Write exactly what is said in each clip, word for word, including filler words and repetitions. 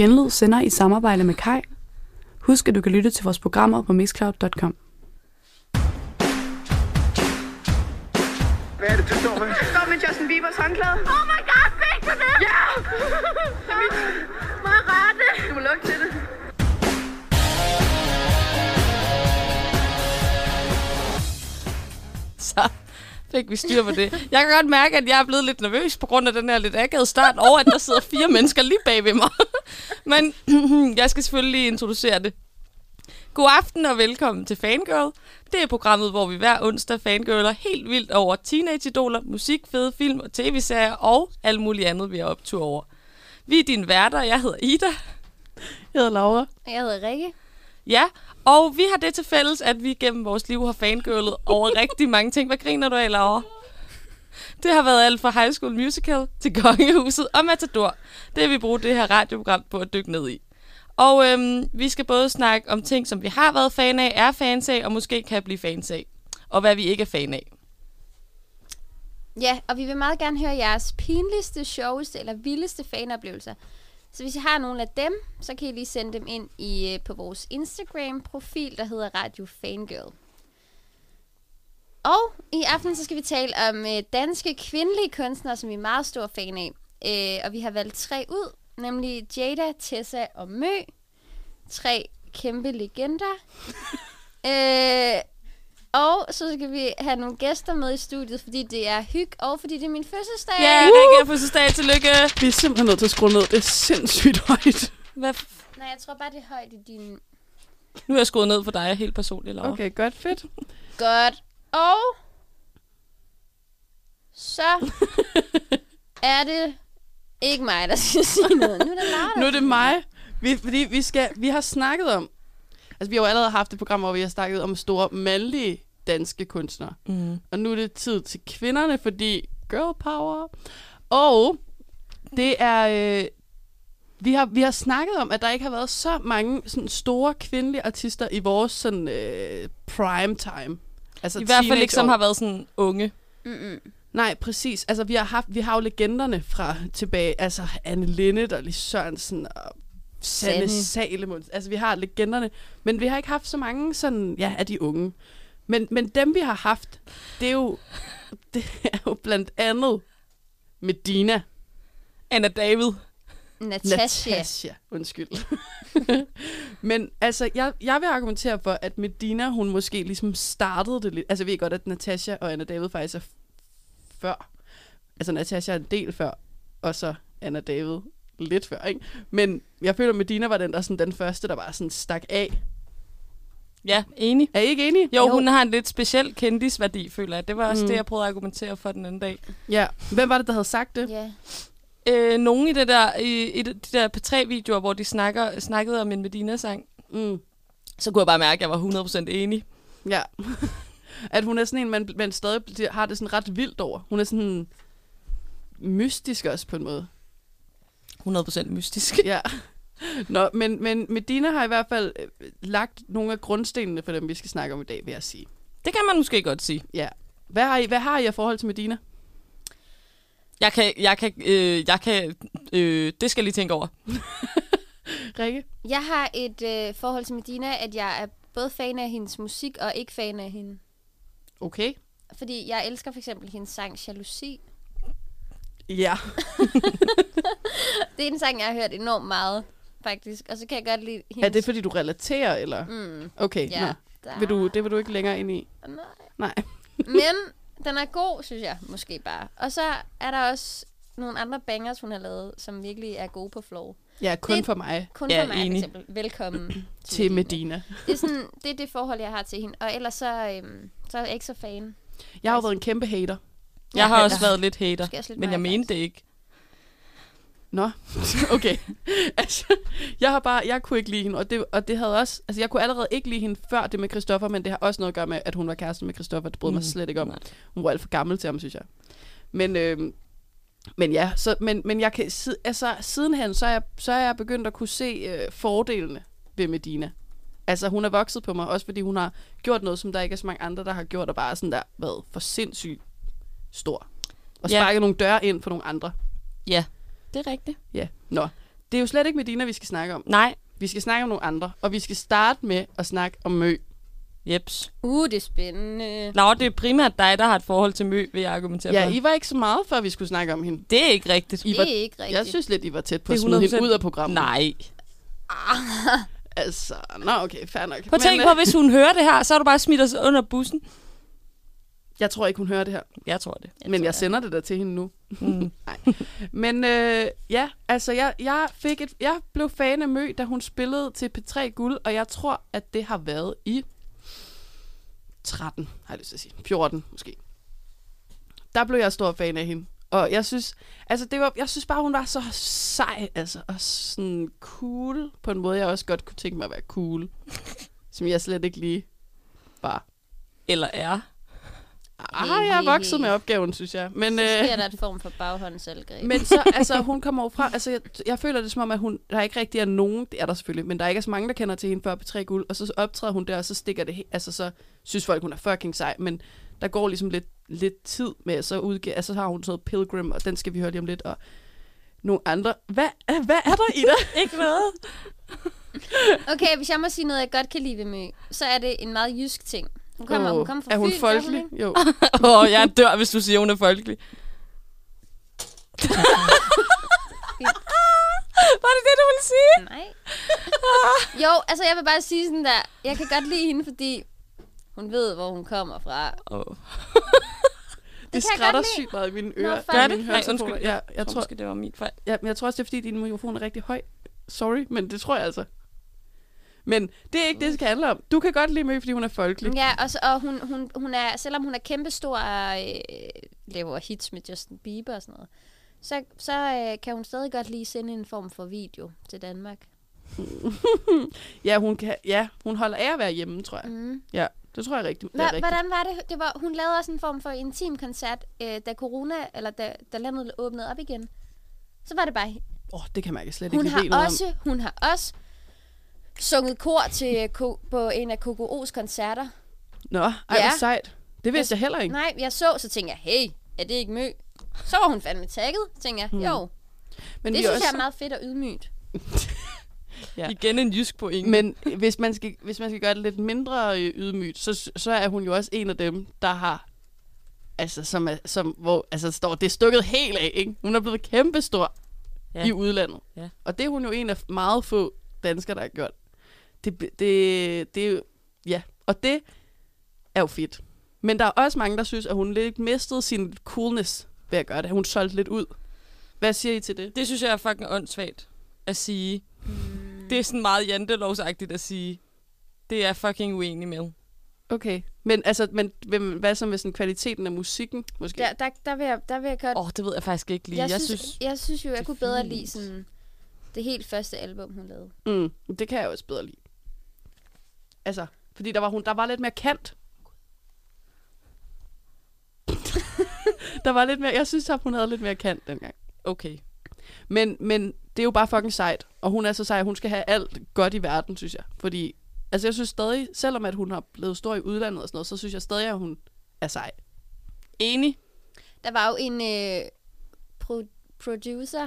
Genlyd sender i samarbejde med Kai. Husk, at du kan lytte til vores programmer på mixcloud punktum com. Hvad er det, du står med? Jeg står med Justin Biebers håndklæde. Oh my god, fik du det? Ja! Må jeg røre det? Du må lugte til det. Så fik vi styr på det. Jeg kan godt mærke, at jeg er blevet lidt nervøs på grund af den her lidt akavede start over, at der sidder fire mennesker lige bag ved mig. Men jeg skal selvfølgelig lige introducere det. God aften og velkommen til Fangirl. Det er programmet, hvor vi hver onsdag fangirler helt vildt over teenage-idoler, musik, fede film og tv-serier og alt muligt andet, vi har optur over. Vi er dine værter. Jeg hedder Ida. Jeg hedder Laura. Jeg hedder Rikke. Ja, og vi har det til fælles, at vi gennem vores liv har fangirlet over rigtig mange ting. Hvad griner du af, Laura? Det har været alt fra High School Musical til Kongehuset og Matador. Det vil vi bruge det her radioprogram på at dykke ned i. Og øhm, vi skal både snakke om ting, som vi har været fan af, er fans af, og måske kan blive fans af. Og hvad vi ikke er fan af. Ja, og vi vil meget gerne høre jeres pinligste, sjoveste eller vildeste fanoplevelser. Så hvis I har nogle af dem, så kan I lige sende dem ind i, på vores Instagram-profil, der hedder Radio Fangirl. Og i aften så skal vi tale om øh, danske kvindelige kunstnere, som vi er meget stor fan af. Øh, og vi har valgt tre ud, nemlig Jada, Tessa og Mø. Tre kæmpe legender. øh, og så skal vi have nogle gæster med i studiet, fordi det er hygge, og fordi det er min fødselsdag. Ja, yeah, Rikke har fødselsdag. Tillykke. Vi er simpelthen nødt til at skrue ned. Det er sindssygt højt. Hvad f- Nej, jeg tror bare, det er højt i din... nu er jeg skruet ned for dig helt personligt, Laura. Okay, godt, fedt. Godt. Og så er det ikke mig, der skal sige noget. Nu er det Laura. Nu er det mig. Vi, fordi vi, skal, vi har snakket om... Altså, vi har jo allerede haft et program, hvor vi har snakket om store mandlige danske kunstnere. Mm. Og nu er det tid til kvinderne, fordi girl power. Og det er... Øh, vi, har, vi har snakket om, at der ikke har været så mange sådan, store kvindelige artister i vores sådan, øh, prime time. Altså, I hvert fald ikke, som teenageår. har været sådan unge. Mm-mm. Nej, præcis. Altså, vi har, haft, vi har jo legenderne fra tilbage. Altså, Anne Linnet og Lis Sørensen og Sanne Sanne. Salomonsen. Altså, vi har legenderne. Men vi har ikke haft så mange sådan, ja, af de unge. Men, men dem, vi har haft, det er jo, det er jo blandt andet Medina. Anna David. Natasha. Natasha, undskyld. Men altså, jeg, jeg vil argumentere for, at Medina, hun måske ligesom startede det lidt. Altså, jeg ved godt, at Natasha og Anna David faktisk er f- før. Altså, Natasha er en del før, og så Anna David lidt før, ikke? Men jeg føler, at Medina var den, der sådan, den første, der bare sådan stak af. Ja, enig. Er I ikke enige? Jo, jo, hun har en lidt speciel kendisværdi, føler jeg. Det var også Mm. det, jeg prøvede at argumentere for den anden dag. Ja. Hvem var det, der havde sagt det? Ja. Øh, nogen i, det der, i, i de der P tre-videoer, hvor de snakker, snakkede om en Medina-sang, Mm. så kunne jeg bare mærke, at jeg var hundrede procent enig. Ja. At hun er sådan en, man, man stadig har det sådan ret vildt over. Hun er sådan mystisk også på en måde. hundrede procent mystisk. Ja. Nå, men, men Medina har i hvert fald øh, lagt nogle af grundstenene for dem, vi skal snakke om i dag, vil jeg sige. Det kan man måske godt sige. Ja. Hvad har I, hvad har I af forhold til Medina? Jeg kan, jeg kan, øh, jeg kan, øh, det skal jeg lige tænke over. Rikke? Jeg har et øh, forhold til Medina, at jeg er både fan af hendes musik og ikke fan af hende. Okay. Fordi jeg elsker for eksempel hendes sang Jalousi. Ja. Det er en sang, jeg har hørt enormt meget, faktisk. Og så kan jeg godt lide hendes... Er det, fordi du relaterer, eller? Mm, Okay, ja. nå. Der... Vil du, det vil du ikke længere ind i? Nej. Nej. Men den er god, synes jeg, måske bare. Og så er der også nogle andre bangers, hun har lavet, som virkelig er gode på flow. Ja, kun Det- for mig Kun Ja, for mig, enig. for eksempel. Velkommen til Medina. Det er, sådan, det er det forhold, jeg har til hende. Og ellers så, øhm, så er jeg ikke så fan. Jeg har jo været en kæmpe hater. Jeg har Ja, også der- været lidt hater, Måske også lidt men mig, jeg mente det ikke. Nå, okay. Altså, jeg har bare, jeg kunne ikke lide hende, og det, og det havde også, altså jeg kunne allerede ikke lide hende før det med Christoffer, men det har også noget at gøre med, at hun var kæreste med Christoffer. Det brød mm. mig slet ikke om. Nej. Hun var alt for gammel til ham, synes jeg. Men, øh, men ja, så, men, men jeg kan, sid, altså sidenhen, så er jeg, så er jeg begyndt at kunne se øh, fordelene ved Medina. Altså, hun er vokset på mig, også fordi hun har gjort noget, som der ikke er så mange andre, der har gjort, og bare sådan der været for sindssygt stor. Og Ja. sparket nogle døre ind for nogle andre. Ja, det er rigtigt. Ja, nå. det er jo slet ikke Medina, vi skal snakke om. Nej. Vi skal snakke om nogle andre, og vi skal starte med at snakke om Mø. Jeps. Uh, det er spændende. Laura, det er primært dig, der har et forhold til Mø, vil jeg argumentere Ja, for. I var ikke så meget, før vi skulle snakke om hende. Det er ikke rigtigt. I var, Det er ikke rigtigt. jeg synes lidt, I var tæt på Det at er smide hundrede hende procent. ud af programmet. Nej. Altså, nå okay, fair nok. Prøv at tænke på, hvis hun hører det her, så har du bare smidt os under bussen. Jeg tror ikke, hun hører det her. Jeg tror det. Jeg men jeg, jeg sender det der til hende nu. Mm. Nej. Men øh, ja, altså jeg, jeg, fik et, jeg blev fan af Mø, da hun spillede til P tre Guld, og jeg tror, at det har været i tretten, har jeg lyst til at sige. fjorten måske. Der blev jeg stor fan af hende. Og jeg synes, altså det var, jeg synes bare, hun var så sej, altså, og sådan cool, på en måde, jeg også godt kunne tænke mig at være cool. Som jeg slet ikke lige var. Eller er. Ah, jeg er vokset med opgaven, synes jeg. Men, Så øh, sker der et form for baghåndsalgreb. men så, altså, hun kommer jo fra, altså, jeg, jeg føler det som om, at hun, der ikke rigtig er nogen, det er der selvfølgelig, men der er ikke så mange, der kender til hende før P tre Guld, og så optræder hun der, og så stikker det, he- altså, så synes folk, hun er fucking sej, men der går ligesom lidt, lidt tid med, så udgiver, altså, så har hun sådan noget Pilgrim, og den skal vi høre lige om lidt, og nogle andre. Hvad, hvad er der i det? Ikke noget. Okay, hvis jeg må sige noget, jeg godt kan lide ved Mø, så er det en meget jysk ting. Hun kommer, Åh, hun kommer fra er hun Fyn, folkelig? gør Jo. Åh, oh, jeg dør, hvis du siger, hun er folkelig. Var det det, du ville sige? ikke? Nej. Jo, altså jeg vil bare sige sådan der, jeg kan godt lide hende, fordi hun ved, hvor hun kommer fra. Oh. Det, kan jeg skrætter godt lide. sygt meget i mine ører. fuck. i Gør mine det? Nej, høretelefoner. undskyld. Ja, Jeg, jeg, jeg tror, tror måske, det var min fejl. ja, men jeg tror også, det er, fordi din mikrofon er rigtig høj. Sorry, men det tror jeg altså. Men det er ikke det, det skal handle om. Du kan godt lide Mø, fordi hun er folkelig. Ja, og, så, og hun, hun, hun er, selvom hun er kæmpestor og øh, laver hits med Justin Bieber og sådan noget, så, så øh, kan hun stadig godt lige sende en form for video til Danmark. Ja, hun kan, ja, hun holder af at være hjemme, tror jeg. Mm. Ja, det tror jeg rigtigt. Det er Hva, rigtigt. hvordan var det? det var, hun lavede også en form for intim koncert, øh, da corona, eller da, da landet åbnede op igen. Så var det bare... Åh, oh, det kan man ikke slet Hun ikke lide har, noget også, hun har også sunget kor til ko, på en af K K O's koncerter. om. Nå, ej, Ja. hvor sejt. Det vidste jeg heller ikke. Nej, jeg så, så tænkte jeg, hey, er det ikke Mø? Så var hun fandme tagget, tænkte jeg, Hmm. jo. Men Det vi synes også, jeg er meget fedt og ydmygt. Ja. Igen en jysk pointe. Men hvis man, skal, hvis man skal gøre det lidt mindre øh, ydmygt, så, så er hun jo også en af dem, der har... Altså, som, er, som hvor, altså, står, det er stukket helt af, ikke? Hun er blevet kæmpestor Ja. i udlandet. Ja. Og det er hun jo en af meget få danskere, der har gjort. Det, det, det er jo... Ja, og det er jo fedt. Men der er også mange, der synes, at hun lidt mistede sin coolness ved at gøre det. Hun solgte lidt ud. Hvad siger I til det? Det synes jeg er fucking åndssvagt at sige. Mm. Det er sådan meget jantelovsagtigt at sige. Det er fucking uenig med. Okay. Men, altså, men hvem- hvad så med sådan kvaliteten af musikken, måske? Der, der, der, vil, jeg, der vil jeg godt... Åh, oh, det ved jeg faktisk ikke lige. jeg, Jeg synes, synes... jeg synes jo, jeg det kunne er bedre fint. lide sådan det helt første album, hun lavede. Mm, det kan jeg også bedre lide. Altså, fordi der var, hun, der var lidt mere kant. Der var lidt mere... Jeg synes, at hun havde lidt mere kant dengang. Okay. Men, men det er jo bare fucking sejt. Og hun er så sej, hun skal have alt godt i verden, synes jeg. Fordi, altså jeg synes stadig, selvom at hun har blevet stor i udlandet og sådan noget, så synes jeg stadig, at hun er sej. Enig. Der var jo en øh, pro- producer,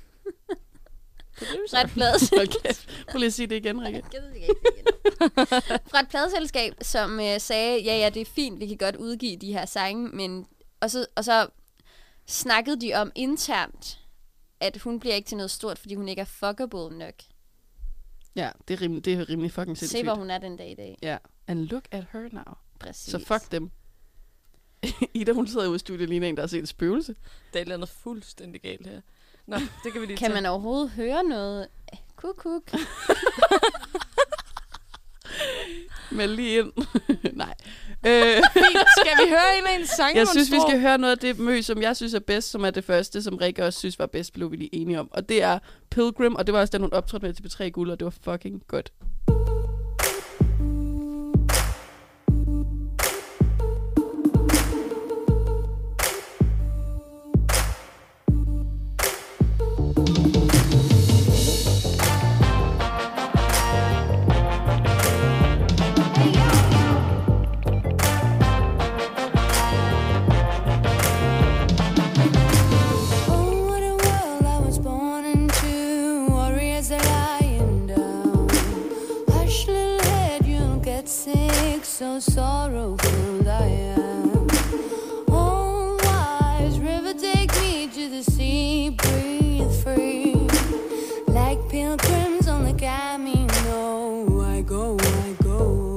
fra et plades- Okay. Prøv lige at sige det igen, Rikke. Jeg ved ikke igen. fra et pladeselskab, som øh, sagde, ja, ja, det er fint, vi kan godt udgive de her sange, men... Og så, og så snakkede de om internt, at hun bliver ikke til noget stort, fordi hun ikke er fuckable nok. Ja, det er rimelig, det er rimelig fucking Se, sindssygt. hvor hun er den dag i dag. Ja, and look at her now. Præcis. Så fuck dem. Ida, hun sidder ude i studiet lige en, der har set et spøgelse. Der er et eller andet fuldstændig galt her. Nå, det kan vi lige Kan tage. man overhovedet høre noget? Kuk, kuk. Meld lige ind. Nej. Øh, Fint. Skal vi høre en af en sang? jeg synes, vi skal høre noget af det Mø, som jeg synes er bedst, som er det første, som Rikke også synes var bedst, blev vi lige enige om. Og det er Pilgrim, og det var også den, hun optrådte med til P tre Guld, og det var fucking godt. Oh, what a world I was born into. What so sorrowful I am. Oh, wise river, take me to the sea, breathe free. Like pilgrims on the Camino, I go, I go.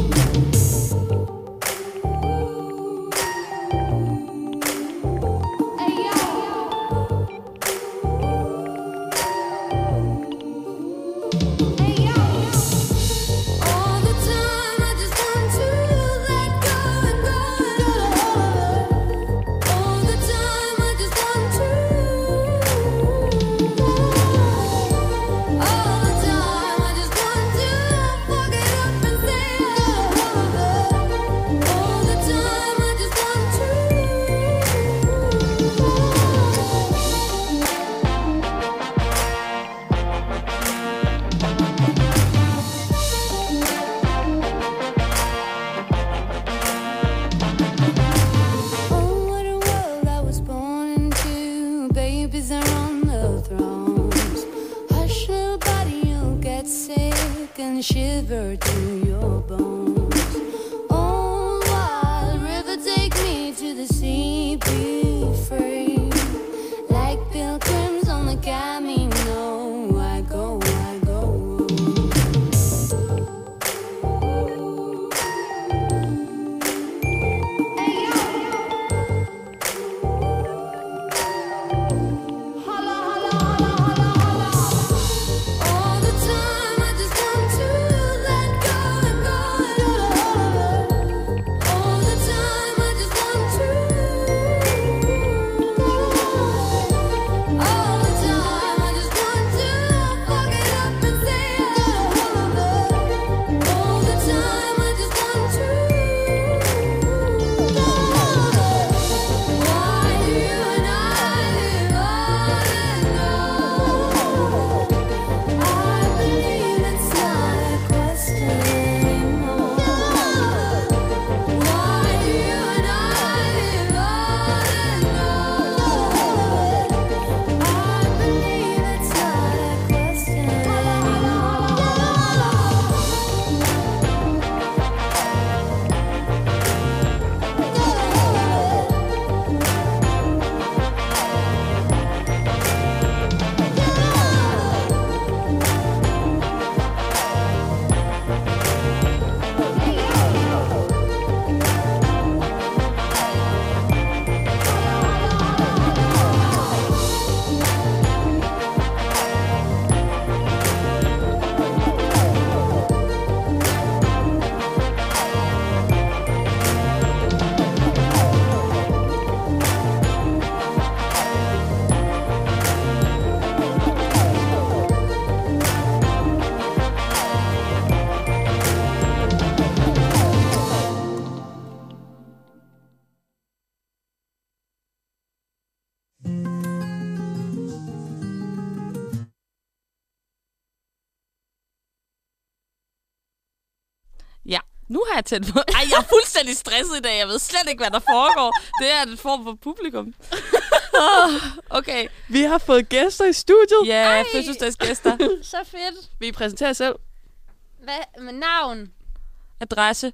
Shiver to your bones. Oh, wild river, take me to the sea, be free. Like pilgrims on the Camino, I go, I go. Nu har jeg tændt på. Ej, jeg er fuldstændig stresset i dag. Jeg ved slet ikke, hvad der foregår. Det er en form for publikum. Oh, okay. Vi har fået gæster i studiet. Ja, fødselsdagsgæster. Så fedt. Vil I præsentere jer selv? Hvad med navn? Adresse.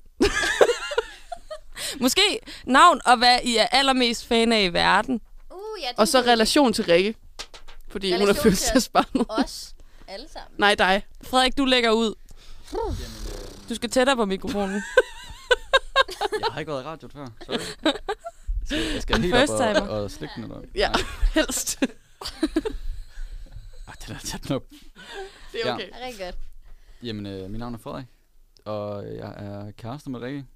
Måske navn og hvad I er allermest fan af i verden. Uh, ja, og så relation til Rikke. Fordi relation hun er fødselsdagsbarnet. Os alle sammen. Nej, dig. Frederik, du lægger ud. Du skal tættere på mikrofonen. Jeg har ikke været i radioen før, sorry. Jeg skal, jeg skal helt op og, og slikke den. Eller? Ja, helst. Ej, det er tæt nok. Det er okay. Ja. Rigtig godt. Jamen, øh, mit navn er Frederik, og jeg er kæreste med Rikke.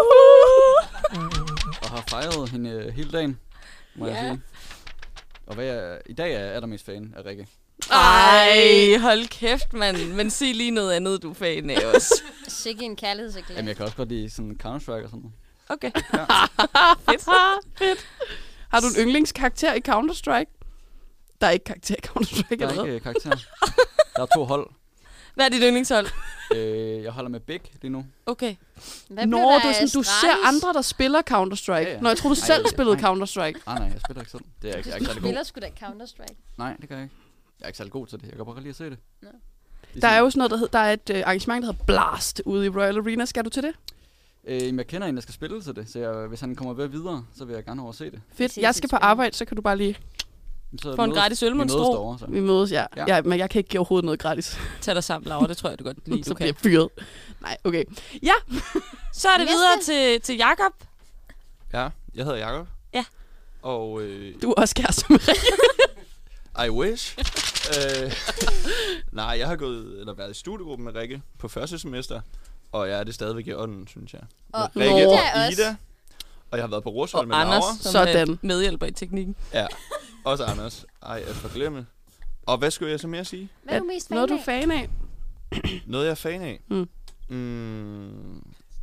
Og har fejret hende øh, hele dagen, må yeah. jeg sige. Og hvad jeg, i dag er jeg allermest fan af Rikke. Ej, hold kæft, mand. Men sig lige noget andet, du er fan af også. Sikke en kærlighedserklæring. Jamen, jeg kan også godt lide sådan Counter-Strike og sådan noget. Okay. Ja. Fedt. Fedt. Har du en yndlingskarakter i Counter-Strike? Der er ikke karakter i Counter-Strike. Der er ikke karakter. Der er to hold. Hvad er dit yndlingshold? Øh, jeg holder med Big lige nu. Okay. Hvad Nå, du, sådan, du ser andre, der spiller Counter-Strike. Ja, ja. Nå, jeg tror du Ej, selv jeg, spillede nej. Counter-Strike. Nej, nej, jeg spiller ikke selv. Det er jeg, jeg er ikke særlig god. Du spiller sgu da Counter-Strike. Nej, det gør jeg ikke. Jeg er ikke særlig god til det. Jeg kan bare lige at se det. Nå. Der er jo sådan noget, der, hed, der er et uh, arrangement, der hedder Blast ude i Royal Arena. Skal du til det? Øh, jamen, jeg kender en, der skal spille til det, så jeg, hvis han kommer ved videre, så vil jeg gerne over se det. Fedt. Jeg skal på arbejde, så kan du bare lige... Så Få en gratis øl med en strå. Derovre, så. Vi mødes, ja. Ja. ja. Men jeg kan ikke give overhovedet noget gratis. Tag dig sammen, Laura. Det tror jeg, du godt lige, så du bliver kan. jeg fyret. Nej, okay. Ja. Så er det Næste. videre til, til Jakob. Ja, jeg hedder Jakob. Ja. Og øh, Du er også kæreste med Rikke. I wish. øh, nej, jeg har gået eller været i studiegruppen med Rikke på første semester, og jeg er det stadigvæk i ånden, synes jeg. Og Rikke Ida og også. Ida. Og jeg har været på Rosvold Og med Anders, Laura. som Sådan. er medhjælper i teknikken. Ja, også Anders. Ej, jeg får glemme. Og hvad skulle jeg så mere sige? Hvad er du mest fan Noget, du er af? fan af? Noget, jeg er fan af? Mm. Mm.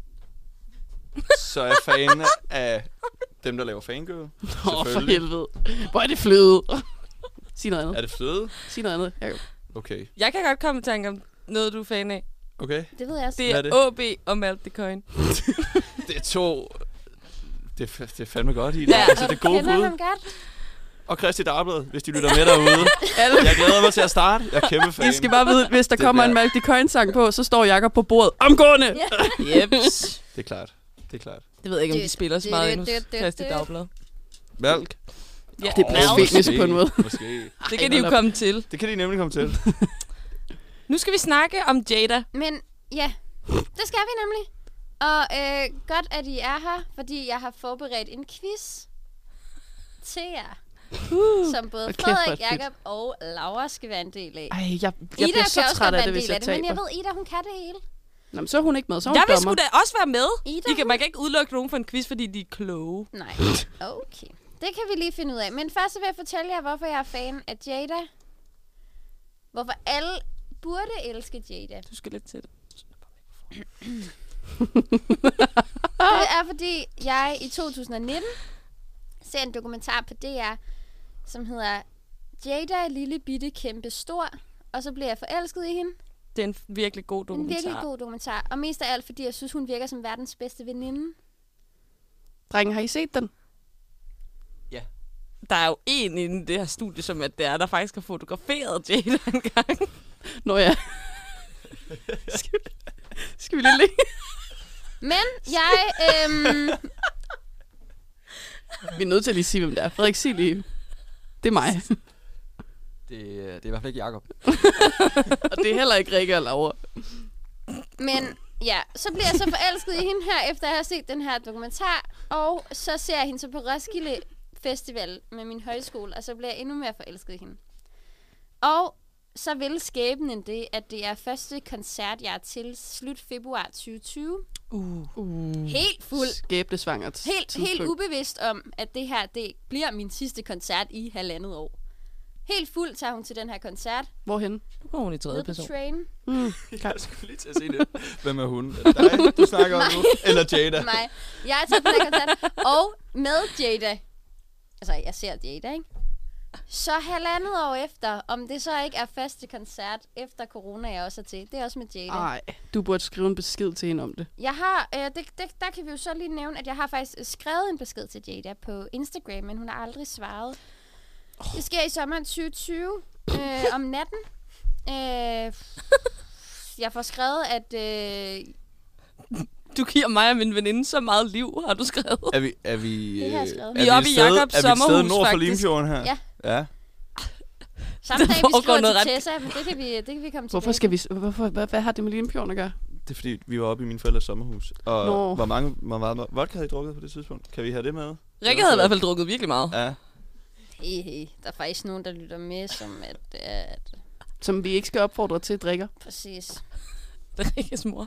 Så er jeg fan af dem, der laver fangirl. Åh, for Selvfølgelig. helvede. Hvor er det fløde. Sig noget andet. Er det fløde? Sig noget andet, Jacob. Okay. Jeg kan godt komme i tanke om noget, du er fan af. Okay. Det ved jeg også. Det Hvad er, er det? O B og Malte Coin. Det er to... Det er, det er fandme godt i det. Ja. Altså, det er gode Kender bud. ham godt? Og Kristi Dagblad, hvis de lytter med derude. Alle. Jeg glæder mig til at starte. Jeg er kæmpe fan. I skal bare vide, hvis der Det kommer bliver- en Malk de Coin-sang på, så står Jacob på bordet. Omgående! Ja. Jeps. Det er klart. Det er klart. Det ved jeg ikke, om de Død, spiller så død, meget død, endnu. død, død, Kristi død. Dagblad. Mælk. Ja, Det er blasfemisk på en måde. Måske. det kan de jo komme til. Det kan de nemlig komme til. Nu skal vi snakke om Jada. Men ja, det skal vi nemlig. Og øh, godt, at I er her, fordi jeg har forberedt en quiz til jer. Uh, som både kæft, hvor er Frederik, det fedt. Jakob og Laura skal være en del af. Ej, jeg, jeg Ida bliver så kan også træt godt af være det, en hvis del jeg af det, men jeg taber. ved, Ida, hun kan det hele. Nå, men så er hun ikke med, så er hun Jeg vil dommer. sgu da også være med. Ida, I kan, man kan ikke udelukke nogen for en quiz, fordi de er kloge. Nej, okay. Det kan vi lige finde ud af. Men først så vil jeg fortælle jer, hvorfor jeg er fan af Jada. Hvorfor alle burde elske Jada. Du skal lidt til det. Det er, fordi jeg i to tusind nitten ser en dokumentar på D R, som hedder Jada, lille bitte, kæmpe, stor. Og så bliver jeg forelsket i hende. Det er en virkelig god En dokumentar. virkelig god dokumentar. Og mest af alt, fordi jeg synes, hun virker som verdens bedste veninde. Drenge, har I set den? Der er jo en inde i det her studie, som er der, der faktisk har fotograferet Jada en gang. Nå ja. skal, vi, skal vi lige lægge? Men jeg... Øhm, Vi er nødt til at lige sige, hvem det er. Frederik, sig lige. Det er mig. Det, øh, det er i hvert fald ikke Jakob. Og det er heller ikke Rikke og Laura. men ja, så bliver jeg så forelsket i hende her, efter jeg har set den her dokumentar. Og så ser jeg hende så på Roskilde Festival med min højskole, og så bliver jeg endnu mere forelsket i hende. Og så vil skæbnen det, at det er første koncert, jeg er til slut februar tyve tyve. Uh. Uh, Helt fuld. Skæbnesvangert. Helt, helt tidspunkt. ubevidst om, at det her det bliver min sidste koncert i halvandet år. Helt fuld tager hun til den her koncert. Hvorhen? Nu går hun i tredje Nede på person. Train. Mm. Jeg skulle lige til at se det. Hvem er hun? Er det dig, du snakker om nu? Eller Jada? Mig. Jeg tager på den her koncert. Og med Jada. Altså, jeg ser Jada, ikke? Så halvandet år efter, om det så ikke er første koncert efter corona, jeg også er til. Det er også med Jada. Ej, du burde skrive en besked til hende om det. Jeg har, øh, det, det, der kan vi jo så lige nævne, at jeg har faktisk skrevet en besked til Jada på Instagram, men hun har aldrig svaret. Oh. Det sker i sommeren tyve tyve øh, om natten. Øh, jeg får skrevet, at... Øh, Du giver mig og min veninde så meget liv, har du skrevet. Er vi, er vi, Det har jeg øh, skrevet. er Vi er oppe et i sted- Jakobs Er vi et sted sommerhus, nord for faktisk. Limfjorden her? Ja. Ja. samme dag, vi foregår skriver noget til ret- Tessa, men det kan vi, det kan vi komme Hvorfor tilbage skal vi... s- Hvorfor, hvad, hvad har det med Limfjorden at gøre? Det er fordi, vi var oppe i min forældres sommerhus. Og Nå. hvor mange hvor meget vodka havde I drukket på det tidspunkt? Kan vi have det med? Rikke havde i hvert fald drukket virkelig meget. Ja. Hey, hey. Der er faktisk nogen, der lytter med, som at... at Som vi ikke skal opfordre til drikker. præcis. Det er Rikkes mor.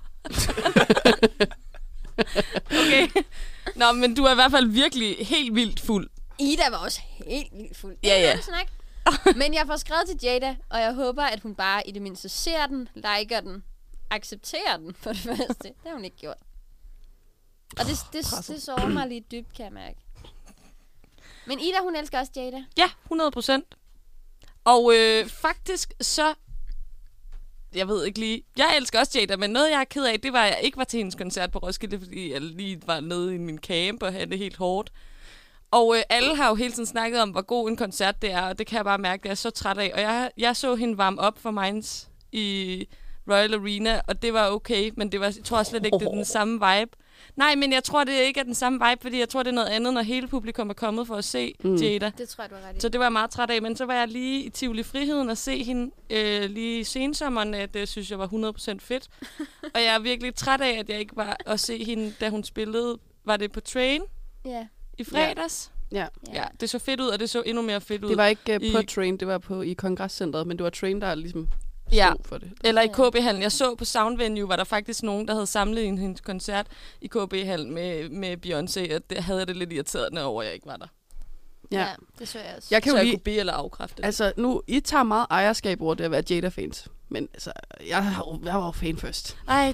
Okay. Nå, men du er i hvert fald virkelig helt vildt fuld. Ida var også helt vildt fuld. Ja, ja. Det er snak. Men jeg får skrevet til Jada, og jeg håber, at hun bare i det mindste ser den, liker den, accepterer den for det første. Det har hun ikke gjort. Og det, det, det sover mig lige dybt, kan jeg mærke. Men Ida, hun elsker også Jada. Ja, hundrede procent. Og øh, faktisk så... Jeg ved ikke lige... Jeg elsker også Jada, men noget, jeg er ked af, det var, at jeg ikke var til hendes koncert på Roskilde, fordi jeg lige var nede i min camp og havde det helt hårdt. Og øh, alle har jo hele tiden snakket om, hvor god en koncert det er, og det kan jeg bare mærke, det er jeg så træt af. Og jeg, jeg så hende varme op for Minds i Royal Arena, og det var okay, men det var, jeg tror slet ikke, det er den samme vibe. Nej, men jeg tror, det ikke er den samme vibe, fordi jeg tror, det er noget andet, når hele publikum er kommet for at se Mm. mm. Jada. Det tror jeg, du har ret i. Så det var jeg meget træt af, men så var jeg lige i Tivoli Friheden og se hende øh, lige i sensommeren, at det synes jeg var hundrede procent fedt. Og jeg er virkelig træt af, at jeg ikke var at se hende, da hun spillede, var det på Train Ja. i fredags? Ja. Ja, det så fedt ud, og det så endnu mere fedt ud. Det var ikke uh, på I- Train, det var på i Kongresscenteret, men det var Train, der ligesom Ja. stod for det. Eller i Ja. K B-hallen. Jeg så på Sound Venue, var der faktisk nogen, der havde samlet en hendes koncert i K B-hallen med, med Beyoncé, og det havde jeg det lidt irriterende over, at jeg ikke var der. Ja. Ja, det så jeg også. Jeg kan Så jo jeg lige, kunne bede eller afkræfte det. altså nu, I tager meget ejerskab over det at være Jada-fans. Men altså, jeg, har jo- jeg var jo fan først. Ej.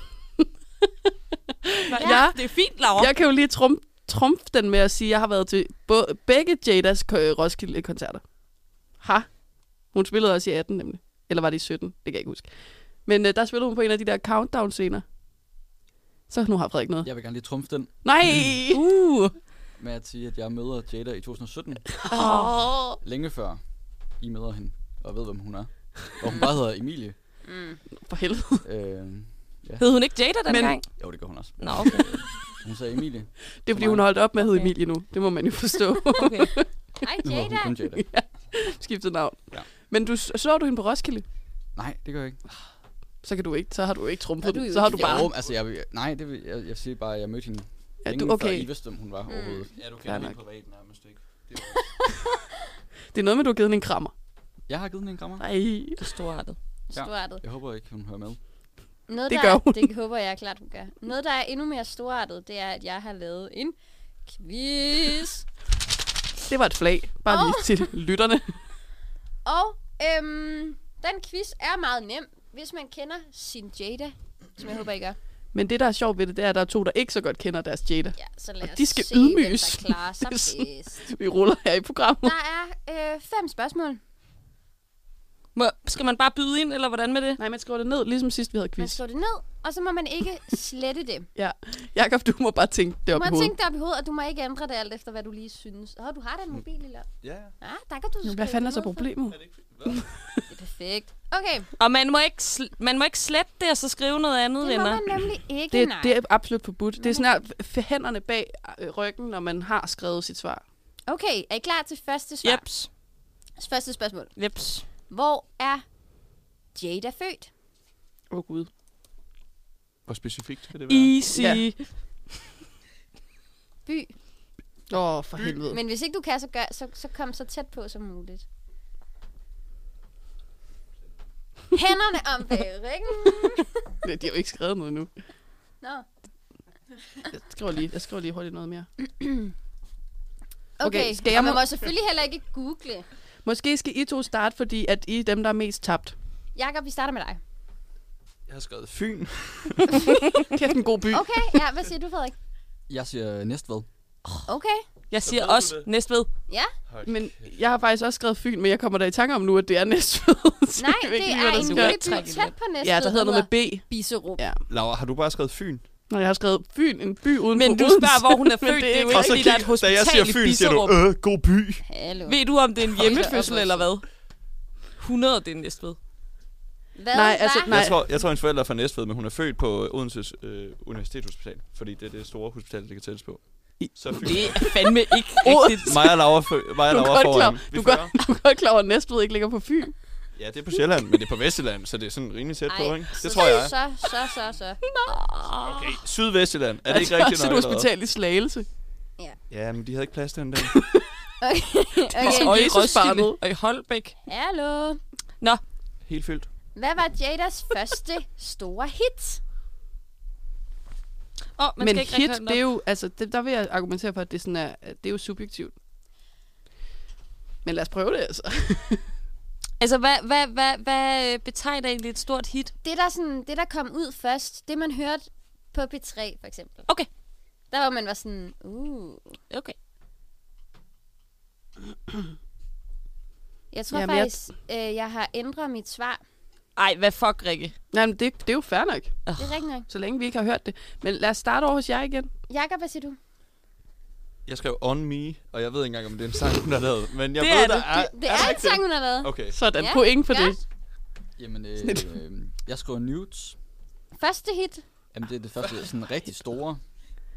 Ja. ja, det er fint, Laura. Jeg kan jo lige trum, trumfe den med at sige, at jeg har været til både, begge Jadas ko- Roskilde-koncerter. Ha? Hun spillede også i atten nemlig. Eller var det i sytten? Det kan jeg ikke huske. Men øh, der spillede hun på en af de der countdown-scener. Så nu har Frederik noget. Jeg vil gerne lige trumfe den Nej! Uh! med at sige, at jeg møder Jada i to tusind og sytten. Oh. Længe før I møder hende og ved, hvem hun er. Og hun bare hedder Emilie. Mm. For helvede. Øh, Hed hun ikke Jada dengang? jo, det gør hun også. Nå, okay. Hun sagde Emilie. Det er fordi, hun har holdt op med at hedde Okay. Emilie nu. Det må man jo forstå. okay. Hej, Nu hedder hun Jada. kun Jada. Skiftet navn. Ja. Men du, så du hende på Roskilde? Nej, det gør jeg ikke. Så kan du ikke, så har du ikke Og trumfet du er den. jo Så har ikke du bare... Jo, altså, jeg, vil- nej, det vil, jeg, jeg siger bare, at jeg mødte hende Ja, længe du, okay. før I vidste, hvem hun var Mm. overhovedet. Ja, du Fair kender nok. hende privat nærmest, ikke? Det er Det er noget med, at du har givet hende en krammer. Jeg har givet hende en krammer. Nej. Det er storartet. Ja. Storartet. Jeg håber ikke, hun hører med. Noget, Det der, gør hun. Det håber jeg klart, hun gør. Noget, der er endnu mere storartet, det er, at jeg har lavet en quiz. Det var et flag. Bare lige til lytterne. Og øhm, den quiz er meget nem, hvis man kender sin Jada, som jeg håber, I gør. Men det, der er sjovt ved det, det er, at der er to, der ikke så godt kender deres Jada. Ja, så lad Og os de skal se, ydmyges. hvem der klarer sig Det er sådan- bedst. Vi ruller her i programmet. Der er øh, fem spørgsmål. Må, skal man bare byde ind, eller hvordan med det? Nej, man skriver det ned, ligesom sidst vi havde Man quiz. skriver det ned, og så må man ikke slette det. Ja. Jakob, du må bare tænke det Du op må i hovedet. tænke dig op i hovedet, og du må ikke ændre det alt efter, hvad du lige synes. Åh, du har da en mobil, lille. Ja, Ja, der kan du Hvad skrive fanden er det så ned for. problemet? er det ikke Hvad? Det er perfekt. Okay, Og man må ikke, sl- man må ikke slette det, og så skrive noget andet, det må venner. man nemlig ikke, Det, nej. det er absolut forbudt. Det er sådan at f- hænderne bag øh, ryggen, når man har skrevet sit svar. Okay, er I klar til første svar? Jeps. Første spørgsmål. Jeps. Hvor er Jada født? Åh oh, gud. Hvor specifikt kan det være? Easy. Ja. By. Åh, oh, for helvede. Men hvis ikke du kan, så, gør, så, så kom så tæt på som muligt. Hænderne om bag ryggen. De har jo ikke skrevet noget nu. Nå. Jeg skriver lige, jeg skriver lige hurtigt noget mere. Okay, Okay, okay skal jeg og man må- må selvfølgelig heller ikke google. Måske skal I to starte, fordi at I er dem, der er mest tabt. Jakob, vi starter med dig. Jeg har skrevet Fyn. Det er en god by. Okay, ja, hvad siger du, Frederik? Jeg siger Næstved. Okay, Jeg siger ved du også det? Næstved. ja. Men jeg har faktisk også skrevet Fyn, men jeg kommer da i tanke om nu, at det er Næstved. Så Nej, jeg ved det ikke lige, hvad er der en skal lille være. by trække tæt lidt. på Næstved. Ja, der hedder noget med B. Biserup. Ja. Laura, har du bare skrevet Fyn? Når jeg har skrevet Fyn, en by uden Men for du Odense. spørger, hvor hun er Men født. Det er jo ikke ikke, fordi der er et da jeg hospital siger i Fyn, siger du, Biserup. øh, god by. Hallo. Ved du, om det er en Hold da hjemmefødsel op, eller hvad? hundrede, det er Næstved. Hvad Nej, altså, var? nej. Jeg tror, jeg tror, hendes forældre er fra Næstved, men hun er født på Odenses øh, Universitetshospital, fordi det er det store hospital, det kan tælles på. Så Fyn. Det er fandme ikke rigtigt. Mig og Laura, fø- mig og Du er Laura godt foran. klar, Vi du er fører. godt, du er godt klar over, at Næstved ikke ligger på Fyn. Ja, det er på Sjælland, men det er på Vestjylland, så det er sådan rimelig tæt på, Ej, ikke? så, Det tror jeg. Så, så, så, så. Okay, Sydvestjylland. Er det Altså, ikke rigtigt også nok? et eller hvad? hospital i Slagelse. Ja, men de havde ikke plads den dag. Okay, okay. Og i Jesus Roskilde, barnet. og i Holbæk. Hallo. Helt fyldt. Hvad var Jadas første store hit? Åh, oh, man Men skal ikke hit, række det er jo, altså, det, der vil jeg argumentere for, at det, sådan er, at det er jo subjektivt. Men lad os prøve det, altså. Altså, hvad, hvad, hvad, hvad betegner egentlig et stort hit? Det der, sådan, det, der kom ud først, det man hørte på P tre, for eksempel. Okay. Der var man var sådan, uh. Okay. Jeg tror Jamen, jeg- faktisk, jeg... Øh, jeg har ændret mit svar. Ej, hvad fuck, Rikke? Nej, men det, det er jo fair nok, Det er rigtigt nok. så længe vi ikke har hørt det. Men lad os starte over hos jer igen. Jakob, hvad siger du? Jeg skrev On Me, og jeg ved ikke engang, om det er en sang, hun har lavet. Men jeg Det ved, er der det. er... Det er en ikke sang, hun har lavet. Okay. Sådan, Ja, point for godt. det. Jamen, øh, Snit. øh, jeg skriver Nudes. Første hit. Jamen, det er det første sådan rigtig store.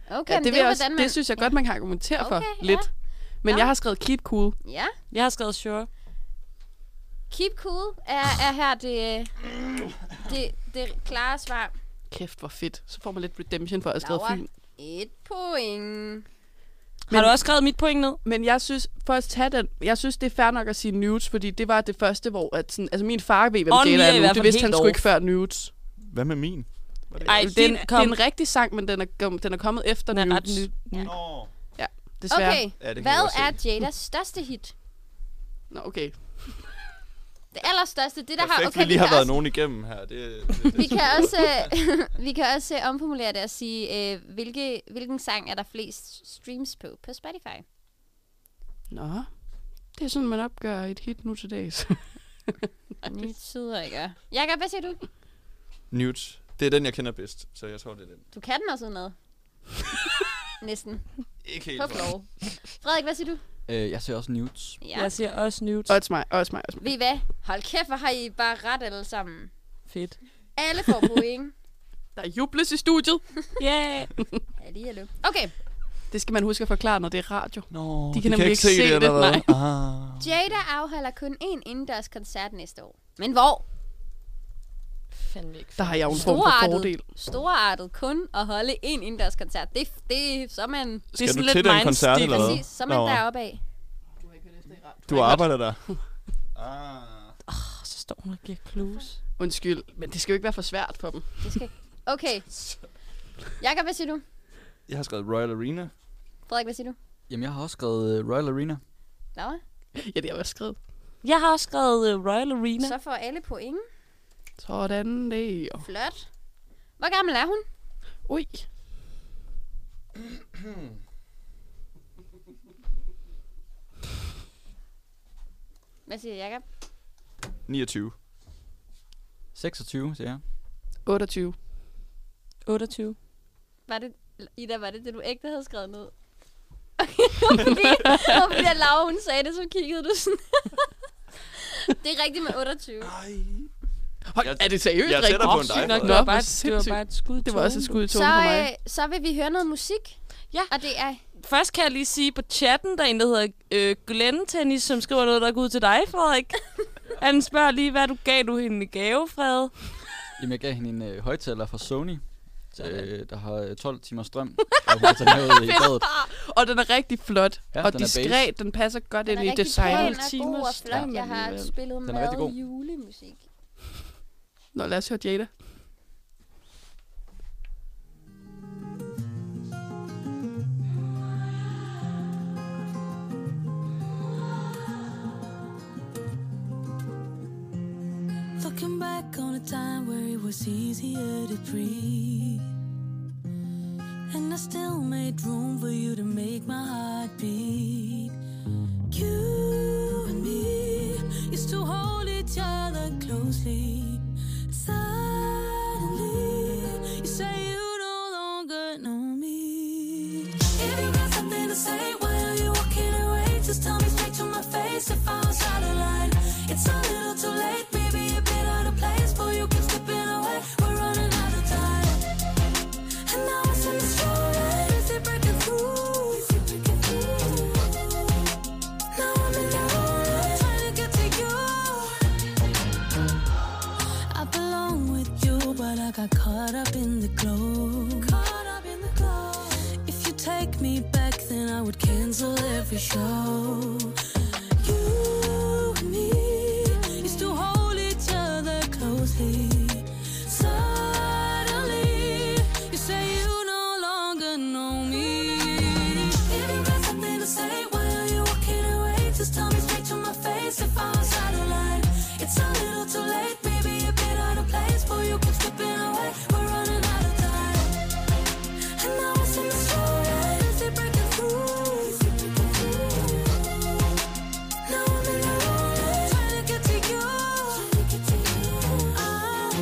Okay, Ja, men det, det, vil er jeg jo, også, hvordan man... det synes jeg godt, man kan argumentere Okay, for ja. lidt. Men Nå. jeg har skrevet keep cool. Ja. Jeg har skrevet sure. Keep cool er, er her det, det, det klare svar. Kæft, hvor fedt. Så får man lidt redemption for at have skrevet Laura. Fyn. Et point. Har du også skrevet mit point ned? Men jeg synes, for at tage den, jeg synes, det er fair nok at sige nudes, fordi det var det første, hvor at sådan, altså min far ved, hvem Ånden Jada er er i nu. hvert Det fald vidste helt han sgu off. ikke før nudes. Hvad med min? Var det Ej, Det er, en, den det kom... er en rigtig sang, men den er, kom- den er kommet efter Den er ret nudes. ny. Nå. Desværre. Okay, Ja, det kan hvad jeg godt se. er Jadas største hit? Nå, okay. Det allerstørste, det der Perfekt, har... okay, vi lige har kan været også, nogen igennem her. Det, det, det, vi kan også, vi kan også øh, omformulere det og sige, øh, hvilke, hvilken sang er der flest streams på på Spotify? Nå. Det er sådan, man opgør et hit nu til dags. Nye tider, ikke? Jakob, hvad siger du? Nudes. Det er den, jeg kender bedst, så jeg tror, det er den. Du kan den også udenad. Næsten. Ikke helt. På floor. Frederik, hvad siger du? Øh, jeg ser også nudes. Ja. Jeg siger også nudes. Også mig, også mig, også mig. Ved I hvad? Hold kæft, hvor har I bare ret alle sammen. Fedt. Alle får point. Der er jubles i studiet. Yeah. Halli, hallo. Okay. Det skal man huske at forklare, når det er radio. Nå, De kan nemlig ikke se det, eller hvad? nej. Ah. Jada afholder kun én indendørs koncert næste år. Men hvor? Fandme ikke. Der har jeg jo en form for Storartet. fordel. Storartet kun at holde én indendørs koncert. Det, det så er man Skal sådan du lidt til den min koncert, stil. eller hvad? præcis, så er man Nå. deroppe af. Du arbejder der. Ah. Så står hun og giver clues. Undskyld, men det skal jo ikke være for svært for dem. Det skal... Okay. Jakob, hvad siger du? Jeg har skrevet Royal Arena. Frederik, hvad siger du? Jamen, jeg har også skrevet uh, Royal Arena. Laura? Ja, det har jeg også skrevet. Jeg har også skrevet uh, Royal Arena. Så får alle point. Sådan det. Flot. Hvor gammel er hun? Ui. Hvad siger Jakob? niogtyve. seksogtyve, siger jeg. otteogtyve. otteogtyve. Var det, Ida, var det det, du ægte havde skrevet ned? Okay, fordi, fordi at Laura, hun sagde det, så kiggede du sådan. Det er rigtigt med otteogtyve. Hold, Jeg- er det seriøst jeg er tættere på rigtigt? end dig, Nok, Frederik. det var Nå, bare, hvor det var sindssygt. bare et skud i Det var også et tågen. skud i Så, tågen for mig. øh, så vil vi høre noget musik. Ja. Og det er... Først kan jeg lige sige på chatten, der er en, der hedder øh, Glenn Tennis, som skriver noget, der går ud til dig, Frederik. Han spørger lige, hvad du gav du hende i gave, Fred? Jamen, jeg gav hende en øh, højtaler fra Sony, øh, der har øh, tolv timer strøm, og hun kan tage med ud i badet. Og den er rigtig flot. Ja, og den er diskret. beige. Den passer godt Den ind er i rigtig designet. pæn og god og flot. Ja, Jeg har alligevel. spillet Den er rigtig med god. julemusik. Nå, lad os høre Jada. Looking back on a time where it was easier to breathe, and I still made room for you to make my heart beat. You and me used to hold each other closely. Suddenly, you say you no longer know me. If you got something to say, why are you walking away? Just tell me straight to my face if I was out of line. It's a little too late, maybe a bit out of place, but you keep slipping away. We're running out of time, and now it's in the story. Is it breaking through? Is it breaking through? Now I'm in the hole, trying to get to you. I belong with you, but I got caught up in the glow. Caught up in the glow. If you take me back, then I would cancel every show. You and me used to hold each other closely. Suddenly, you say you no longer know me. If you got something to say, why are you walking away? Just tell me straight to my face if I was out of line. It's a little too late, maybe a bit out of place, but you keep slipping away. We're running out of time, and now it's in the story. Is it breaking through? Is it breaking through? Now I'm in the hole, trying to get to you. Trying to get to you. I'm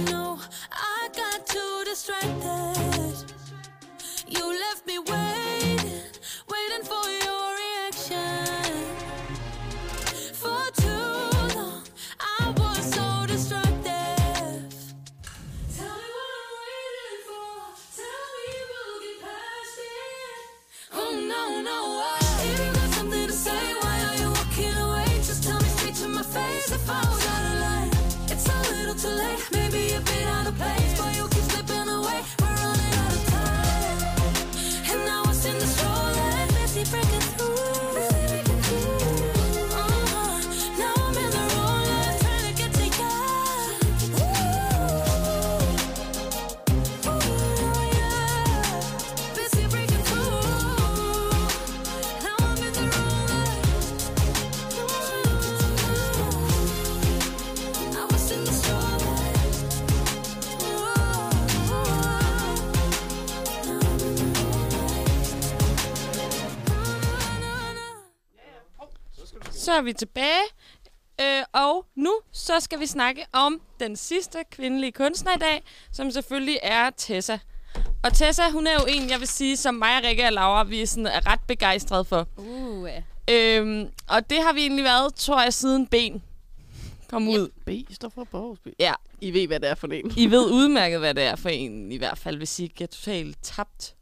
så er vi tilbage. Øh, og nu så skal vi snakke om den sidste kvindelige kunstner i dag, som selvfølgelig er Tessa. Og Tessa, hun er jo en, jeg vil sige, som mig og Rikke og Laura, vi er, sådan, er ret begejstrede for. Uh, ja. Øhm, og det har vi egentlig været, tror jeg, siden Ben kom Yep. ud. B står for Borgsby. Ja. I ved, hvad det er for en. I ved udmærket, hvad det er for en, i hvert fald, hvis I ikke er totalt tabt.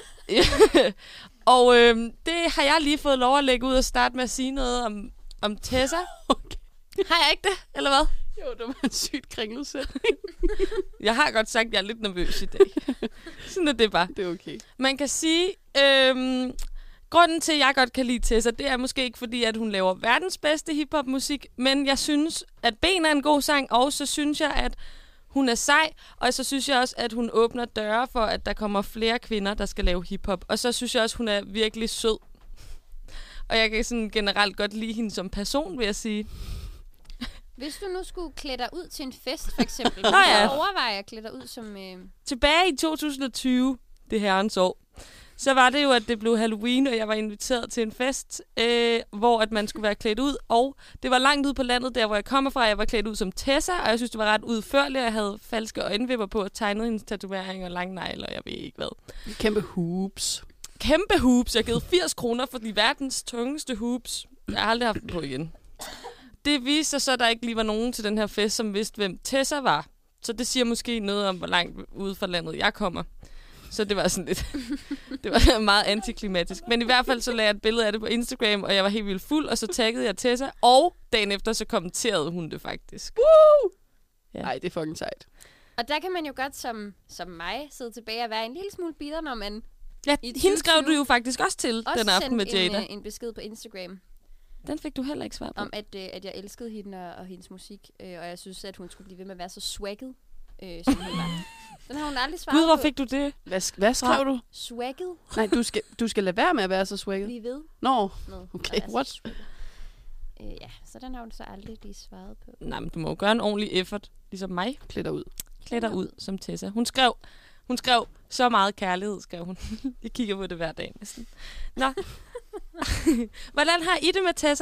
Og øhm, det har jeg lige fået lov at lægge ud og starte med at sige noget om, om Tessa. Okay. Har jeg ikke det, eller hvad? Jo, det var en sygt kringlet sætning. Jeg har godt sagt, at jeg er lidt nervøs i dag. Sådan er det bare. Det er okay. Man kan sige, øhm, grunden til, at jeg godt kan lide Tessa, det er måske ikke fordi, at hun laver verdens bedste hiphop-musik, men jeg synes, at Ben er en god sang, og så synes jeg, at hun er sej, og så synes jeg også, at hun åbner døre for, at der kommer flere kvinder, der skal lave hiphop. Og så synes jeg også, hun er virkelig sød. Og jeg kan sådan generelt godt lide hende som person, vil jeg sige. Hvis du nu skulle klæde dig ud til en fest, for eksempel, Nå ja. så overvejer at klæde dig ud som... Øh... Tilbage i to tusind og tyve, det herrens år, så var det jo, at det blev Halloween, og jeg var inviteret til en fest, øh, hvor at man skulle være klædt ud. Og det var langt ude på landet, der hvor jeg kommer fra. Jeg var klædt ud som Tessa, og jeg synes, det var ret udførligt. Jeg havde falske øjenvipper på og tegnede hendes tatovering og lang negl, og jeg ved ikke hvad. Kæmpe hoops. Kæmpe hoops. Jeg gav firs kroner for de verdens tungeste hoops. Jeg har aldrig haft dem på igen. Det viste sig så, at der ikke lige var nogen til den her fest, som vidste, hvem Tessa var. Så det siger måske noget om, hvor langt ude fra landet jeg kommer. Så det var sådan lidt... det var meget antiklimatisk. Men i hvert fald så lagde jeg et billede af det på Instagram, og jeg var helt vildt fuld, og så taggede jeg Tessa. Og dagen efter, så kommenterede hun det faktisk. Woo! Ja. Nej, det er fucking sejt. Og der kan man jo godt som, som mig sidde tilbage og være en lille smule bitter, når man Ja, I hende skrev tyve tyve du jo faktisk også til også den aften med sendte en, Jada. øh, en besked på Instagram Den fik du heller ikke svar på. om, at, øh, at jeg elskede hende og, og hendes musik, øh, og jeg synes, at hun skulle blive ved med at være så swagget, øh, som hun var. Den har hun aldrig svaret Gud, hvor på. fik du det? Hvad, hvad skrev du? Swagget? Nej, du skal, du skal lade være med at være så swagget. Blive ved Nå, med. okay, at være så what? swagget. Øh, ja, så den har hun så aldrig lige svaret på. Nej, men du må jo gøre en ordentlig effort, ligesom mig. Klæd dig ud. Klæd dig ud som Tessa. Hun skrev, hun skrev så meget kærlighed, skrev hun. Jeg kigger på det hver dag næsten. Nå. Hvordan har I det med Tessa?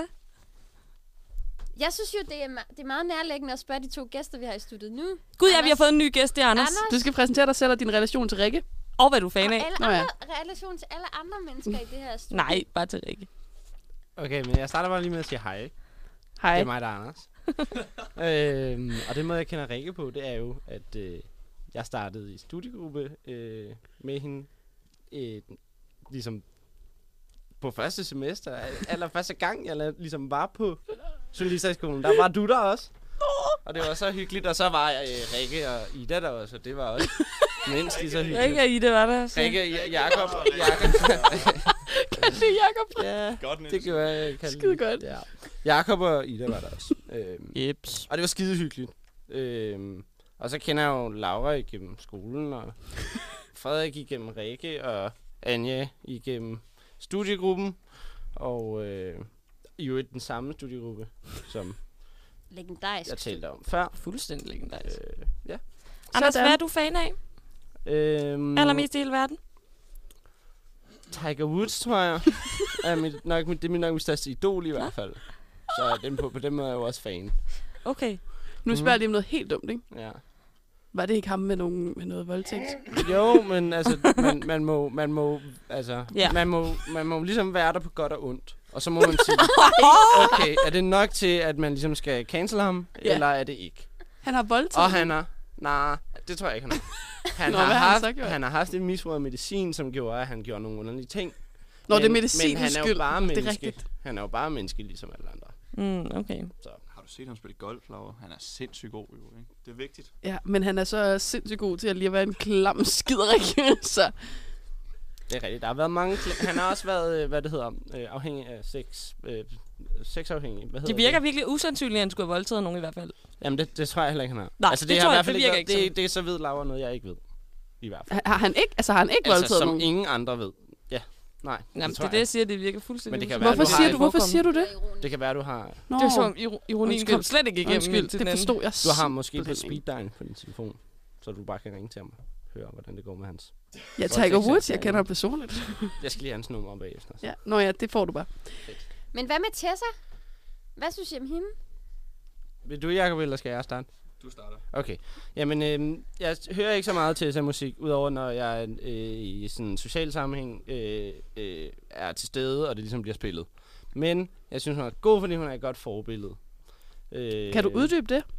Jeg synes jo, det er, ma- det er meget nærliggende at spørge de to gæster, vi har i studiet nu. Gud, ja, vi Anders. har fået en ny gæst, det er Anders. Anders. Du skal præsentere dig selv og din relation til Rikke. Og hvad er du fan Og af? alle Nå ja. andre, relation til alle andre mennesker i det her studie. Nej, bare til Rikke. Okay, men jeg starter bare lige med at sige hej. Ikke? Hej. Det er mig, der er Anders. øhm, og det måde, jeg kender Rikke på, det er jo, at øh, jeg startede i studiegruppe øh, med hende, øh, ligesom på første semester, eller første gang, jeg la- ligesom var på journalisterskolen, der var du der også. Og det var så hyggeligt, og så var jeg øh, Rikke og Ida der også, og det var også mindst lige så hyggeligt. Rikke og Ida var der. Så. Rikke, ja, Jakob, Jakob. Kan det Jacob? Ja, Godt, Niels. det gjorde jeg. Kan Skide godt. Ja. Jakob og Ida var der også. Øhm, Jeps. og det var skide hyggeligt. Øhm, og så kender jeg jo Laura igennem skolen, og Frederik igennem Rikke, og Anja igennem studiegruppen, og øh, i øvrigt den samme studiegruppe, som Legendarisk. jeg talte om før. Fuldstændig legendarisk. Øh, ja. Anders, Sådan. hvad er du fan af? Øhm, Allermest i hele verden? Tiger Woods, tror jeg. er mit, nok, mit, det er nok mit største idol i hvert fald. Så den på, på den måde er jeg jo også fan. Okay. Nu spørger jeg lige om noget helt dumt, ikke? Ja. Var det ikke ham med, nogen, med noget voldtægt? Jo, men altså, man, man må, man må, altså, Ja. man må, man må ligesom være der på godt og ondt. Og så må man sige, okay, er det nok til, at man ligesom skal cancel ham, Ja. eller er det ikke? Han har voldtaget. Og han er, nej, det tror jeg ikke, han er. Han, Nå, har, hvad har han haft, så gjort? han har haft et misbrug af medicin, som gjorde, at han gjorde nogle underlige ting. Nå, men, det er medicinens Men han er jo skyld. bare Det er menneske. rigtigt. Han er jo bare menneske, ligesom alle andre. Mm, okay. Så. Har du set ham spille golf, Laura? Han er sindssygt god, jo, ikke? Det er vigtigt. Ja, men han er så sindssygt god til at lige at være en klam skiderik. så Det er rigtigt. Der har været mange... Kl- han har også været, øh, hvad det hedder, øh, afhængig af sex. Øh, sexafhængig. Hvad hedder Det virker det? virkelig usandsynligt, at han skulle have voldtaget nogen i hvert fald. Jamen, det, det tror jeg heller ikke, han har. Nej, altså, det har tror i jeg- hvert fald det virker ikke, ikke det, sådan. det er så ved Laura noget, jeg ikke ved. I hvert fald. har han ikke, altså har han ikke Altså, voldtaget som nogen? ingen andre ved. Ja, nej. Jamen, det det tror er det, jeg. jeg siger, det virker fuldstændig Men det kan usandsynligt. være, Hvorfor du siger har du, et hvorfor siger du det? Det kan være, du har... Nå, Det er som, iro- ironien Undskyld. kom slet ikke igennem undskyld, til det den anden. forstod jeg Du har måske på simpelthen speed dial på din telefon, så du bare kan ringe til ham og høre, hvordan det går med hans. ikke. Ja, Tiger Voldtægt, Woods, ja. jeg kender ham personligt. Jeg skal lige have hans nummer om bagefter. Ja, nå ja, det får du bare. Men hvad med Tessa? Hvad synes I om hende? Vil du, Jacob, eller skal jeg starte? Du starter. Okay. Jamen, øh, jeg hører ikke så meget til musik, udover når jeg øh, i sådan en social sammenhæng øh, øh, er til stede, og det ligesom bliver spillet. Men jeg synes, hun er god, fordi hun er et godt forbillede. Øh, Kan du uddybe det?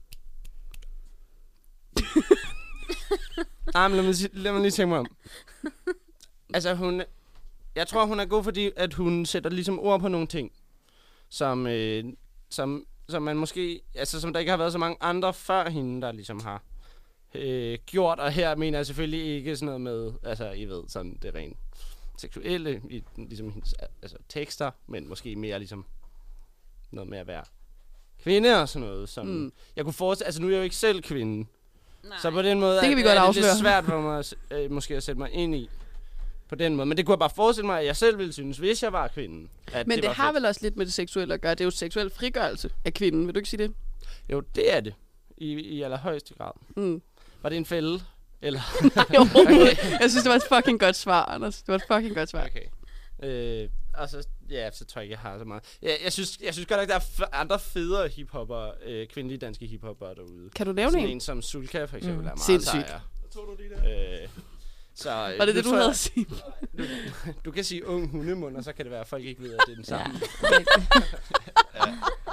Ah, men lad mig, lad mig lige tænke mig om. Altså, hun... Jeg tror, hun er god, fordi at hun sætter ligesom ord på nogle ting, som, øh, som, som man måske... Altså, som der ikke har været så mange andre før hende, der ligesom har øh, gjort. Og her mener jeg selvfølgelig ikke sådan noget med... Altså, I ved, sådan det rent seksuelle, i, ligesom hendes altså, tekster, men måske mere ligesom noget med at være kvinde og sådan noget. Som mm. Jeg kunne forestille... Altså, nu er jeg jo ikke selv kvinde. Nej. Så på den måde det kan er, vi godt er det afsløre. lidt svært for mig øh, måske at sætte mig ind i på den måde. Men det kunne jeg bare forestille mig, at jeg selv ville synes, hvis jeg var kvinden. At Men det, det var har fedt. vel også lidt med det seksuelle at gøre. Det er jo seksuel frigørelse af kvinden. Vil du ikke sige det? Jo, det er det. I, i allerhøjeste grad. Mm. Var det en fælde? Eller? Jo, okay. Jeg synes, det var et fucking godt svar, Anders. Det var et fucking godt svar. Okay. Øh, og så, ja, så tror jeg ikke, jeg har så meget. Jeg, jeg, synes, jeg synes godt nok, der er f- andre federe hiphopper, øh, kvindelige danske hiphopper derude. Kan du nævne Sådan en? en som Sulka, for eksempel, Mm. er meget Sindssygt. sejr. Øh, så, øh, Var det det, du tror havde jeg- at sige? Du, du kan sige ung hundemund, og så kan det være, at folk ikke ved, at det er den samme. Ja.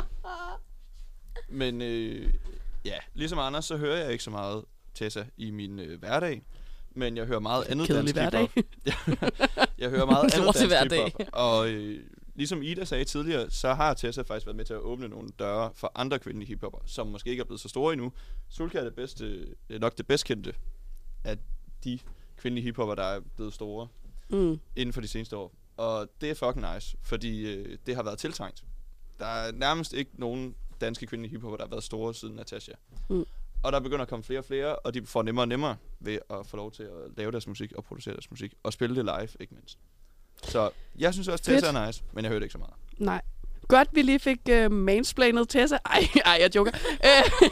Men øh, ja, ligesom Anders, så hører jeg ikke så meget Tessa i min øh, hverdag. Men jeg hører meget andet Kedelig dansk hverdag. hiphop. Jeg hører meget andet Lorte dansk hverdag. hiphop. Og øh, ligesom Ida sagde tidligere, så har Tessa faktisk været med til at åbne nogle døre for andre kvindelige hiphopper, som måske ikke er blevet så store endnu. Sulka er det bedste, er nok det bedst kendte af de kvindelige hiphopper, der er blevet store Mm. inden for de seneste år. Og det er fucking nice, fordi øh, det har været tiltrængt. Der er nærmest ikke nogen danske kvindelige hiphopper, der har været store siden Natasha. Mm. Og der begynder at komme flere og flere, og de får nemmere og nemmere ved at få lov til at lave deres musik og producere deres musik. Og spille det live, ikke mindst. Så jeg synes også, Tessa Fedt. er nice, men jeg hørte ikke så meget. Nej. Godt, vi lige fik uh, mansplanet Tessa. Ej, ej, jeg joker. Øh,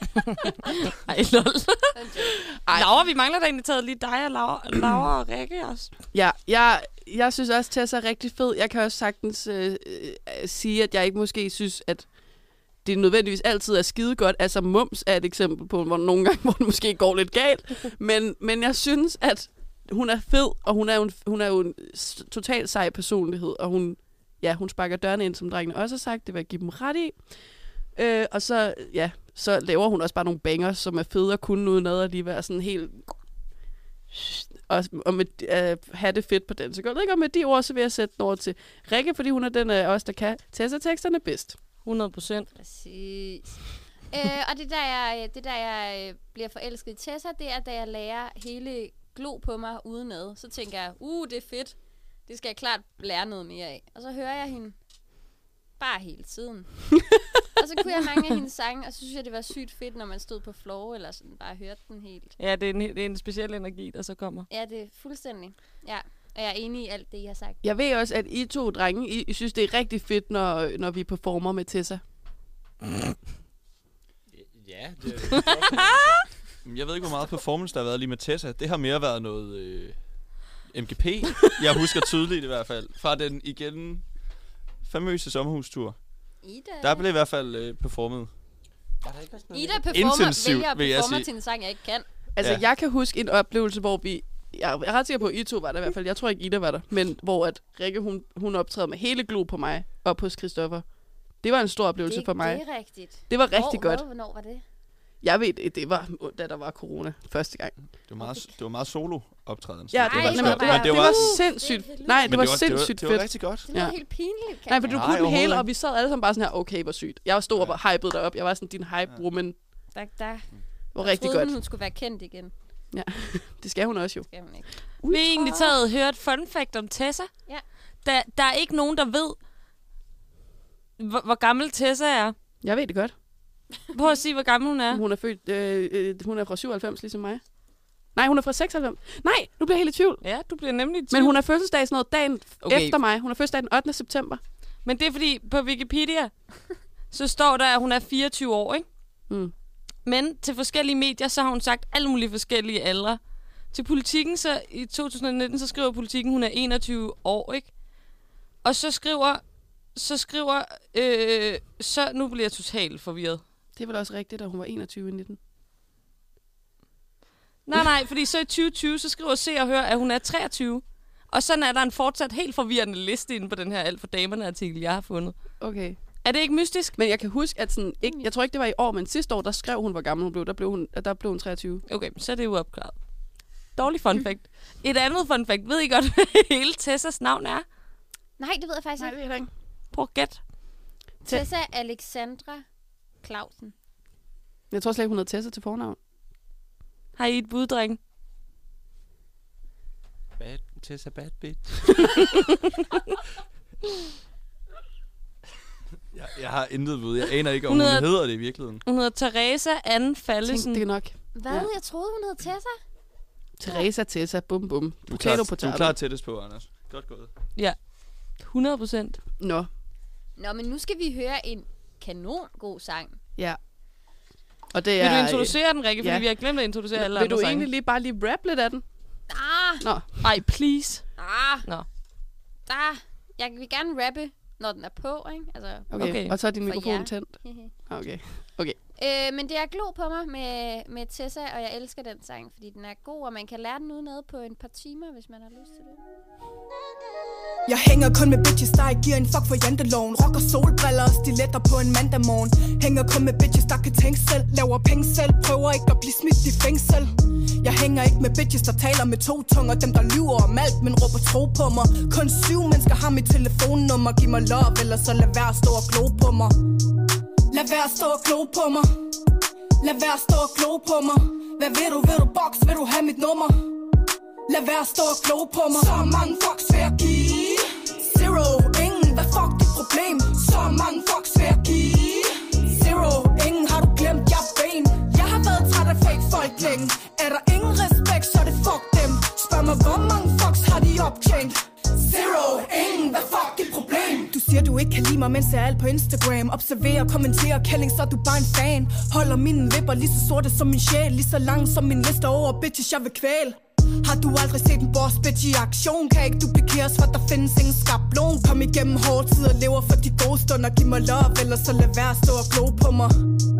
Ej, lol. Ej. Laura, vi mangler da egentlig taget lige dig og Laura, Laura og Rikke også. ja, jeg, jeg synes også, Tessa er rigtig fed. Jeg kan også sagtens øh, øh, sige, at jeg ikke måske synes, at det nødvendigvis altid er skide godt. Altså, Mums er et eksempel på, hvor nogle gange, hvor det måske går lidt galt. Men, men jeg synes, at hun er fed, og hun er jo en, hun er jo en s- totalt sej personlighed, og hun, ja, hun sparker dørene ind, som drengene også har sagt. Det vil jeg give dem ret i. Øh, og så, ja, så laver hun også bare nogle bangers, som er fede at kunne uden noget, og lige være sådan helt... Og, og med, øh, have det fedt på den. Så ikke? Og med de ord, så vil jeg sætte den over til Rikke, fordi hun er den af os, der kan Tessa-teksterne bedst. hundrede procent. Præcis. øh, og det der, jeg, det der, jeg øh, bliver forelsket i Tessa, det er, da jeg lærer hele glo på mig uden noget. Så tænker jeg, uh, det er fedt. Det skal jeg klart lære noget mere af. Og så hører jeg hende bare hele tiden. Og så kunne jeg mange af hendes sange, og så synes jeg, det var sygt fedt, når man stod på floor, eller sådan bare hørte den helt. Ja, det er, en, det er en speciel energi, der så kommer. Ja, det er fuldstændig. Ja, og jeg er enig i alt det, I har sagt. Jeg ved også, at I to drenge, I, I synes, det er rigtig fedt, når, når vi performer med Tessa. Ja, det er Men Jeg ved ikke, hvor meget performance der har været lige med Tessa. Det har mere været noget øh, M G P. Jeg husker tydeligt i hvert fald. Fra den igen famøse sommerhustur. Ida, Der blev i hvert fald øh, performet. Ida performer, intensivt, vælger at vil jeg performe sige. til en sang, jeg ikke kan. Altså, Ja. ja. jeg kan huske en oplevelse, hvor vi... Jeg er ret sikker på, at I to var der i hvert fald. Jeg tror ikke, Ida var der. Men hvor at Rikke, hun, hun optræder med hele glo på mig, op hos Christoffer. Det var en stor oplevelse Det, for mig. det er rigtigt. Det var rigtig hvor, godt. Hvor, hvornår var det? Jeg ved, det det var, da der var corona første gang. Det var meget, det var meget solo-optræden. Ja, Ej, det var, hvor nemlig, var det, var, det- det, var- var sindssygt. Det er Nej, det Men var det var, det var, sindssygt det var fedt. rigtig godt. Det lyder Ja. helt pinligt. Nej, for du Nej, kunne den hele, overhovedet og vi sad alle sammen bare sådan her, okay, hvor sygt. Jeg stod og var hyped derop. Jeg var sådan din hype woman. Der, der Var rigtig troede godt. hun, hun skulle være kendt igen. Det skal hun også jo. Skal hun ikke. Vi har egentlig taget og hørt fun fact om Tessa. Ja. Der, der er ikke nogen, der ved, hvor, hvor gammel Tessa er. Jeg ved det godt. Prøv at sige, hvor gammel hun er. Hun er født, øh, øh, hun er fra syvoghalvfems, ligesom mig. Nej, hun er fra seksoghalvfems. Nej, nu bliver jeg helt i tvivl. Ja, du bliver nemlig i tvivl. Men hun er fødselsdag sådan noget dagen Okay. okay. efter mig. Hun er fødselsdag den ottende september. Men det er fordi, på Wikipedia, så står der, at hun er fireogtyve år, ikke? Mm. Men til forskellige medier, så har hun sagt alle mulige forskellige aldre. Til Politikken, så i to tusind nitten, så skriver Politikken, hun er enogtyve år, ikke? Og så skriver så skriver... Øh, så nu bliver jeg totalt forvirret. Det er vel også rigtigt, at hun var enogtyve i nitten. Nej, nej, fordi så i tyve tyve, så skriver Se og Hør, at hun er treogtyve. Og sådan er der en fortsat helt forvirrende liste inde på den her Alt for damerne-artikel, jeg har fundet. Okay. Er det ikke mystisk? Men jeg kan huske, at sådan, ikke, jeg tror ikke, det var i år, men sidste år, der skrev hun, hvor gammel hun blev. Der blev hun, der blev hun treogtyve. Okay, så er det jo opklaret. Dårlig fun fact. Et andet fun fact. Ved I godt, hvad hele Tessas navn er? Nej, det ved jeg faktisk Nej, ikke. det er ikke. Prøv at gætte. Tessa Alexandra Clausen. Jeg tror slet ikke, hun hedder Tessa til fornavn. Har I et bud, dreng? Bad, Tessa bad bitch. Jeg, jeg har intet ved. Jeg aner ikke, om Hun hun, hedder- hun hedder det i virkeligheden. Hun hedder Teresa Anne Tænk, Fallesen. det er nok. Hvad? Ja. Jeg troede, hun hed Tessa. Teresa, Tessa, bum bum. Du er Potato, klar, du potato. er klar tættest på, Anders. Godt gået. hundrede procent. Nå, Nå, men nu skal vi høre en kanon god sang. ja. Og det Vil er... du introducere den, Rikke? Fordi ja. vi har glemt at introducere alle Vil andre du sange. egentlig lige bare lige rap lidt af den? Ah, Nå, Ej, please. ah. Nå. Der. Jeg vil gerne rappe, når den er på, ikke? Altså, okay. Okay. Og så er din For mikrofon jer. tændt. hehe. Okay. øh, men det er Glo på mig med, med Tessa, og jeg elsker den sang, fordi den er god, og man kan lære den udenad på et par timer, hvis man har lyst til det. Jeg hænger kun med bitches, der ikke giver en fuck for janteloven. Rocker solbriller og stiletter på en mandag morgen. Hænger kun med bitches, der kan tænke selv. Laver penge selv, prøver ikke at blive smidt i fængsel. Jeg hænger ikke med bitches, der taler med to tunger. Dem der lyver om alt, men råber tro på mig. Kun syv mennesker har mit telefonnummer. Giv mig love, eller så lad være at stå og glo på mig. Lad være at stå og glo på mig. Lad være at stå og glo på mig. Hvad vil du, vil du box, vil du have mit nummer? Lad være at stå og glo på mig. Så mange fucks vil jeg give. Zero, ingen, hvad fuck dit problem? Så mange fucks vil jeg give. Zero, ingen, har du glemt, jeg er ben. Jeg har været træt af fake folk længe. Er der ingen respekt, så er det fuck dem. Spørg mig, hvor mange fucks har de optjent? Zero, ingen, hvad fuck dit problem? Du siger, du ikke kan lide mig, mens jeg er alt på Instagram. Observerer, kommenterer, kælling, så er du bare en fan. Holder mine vipper lige så sorte som min sjæl. Lige så lang som min liste over bitches, jeg vil kvæle. Har du aldrig set en boss bitch i aktion? Kan ikke duplikeres, for der findes ingen skabelon. Kom igennem hårde tider, lever for de gode stunder. Giv mig love, eller så lad være at stå og glo på mig.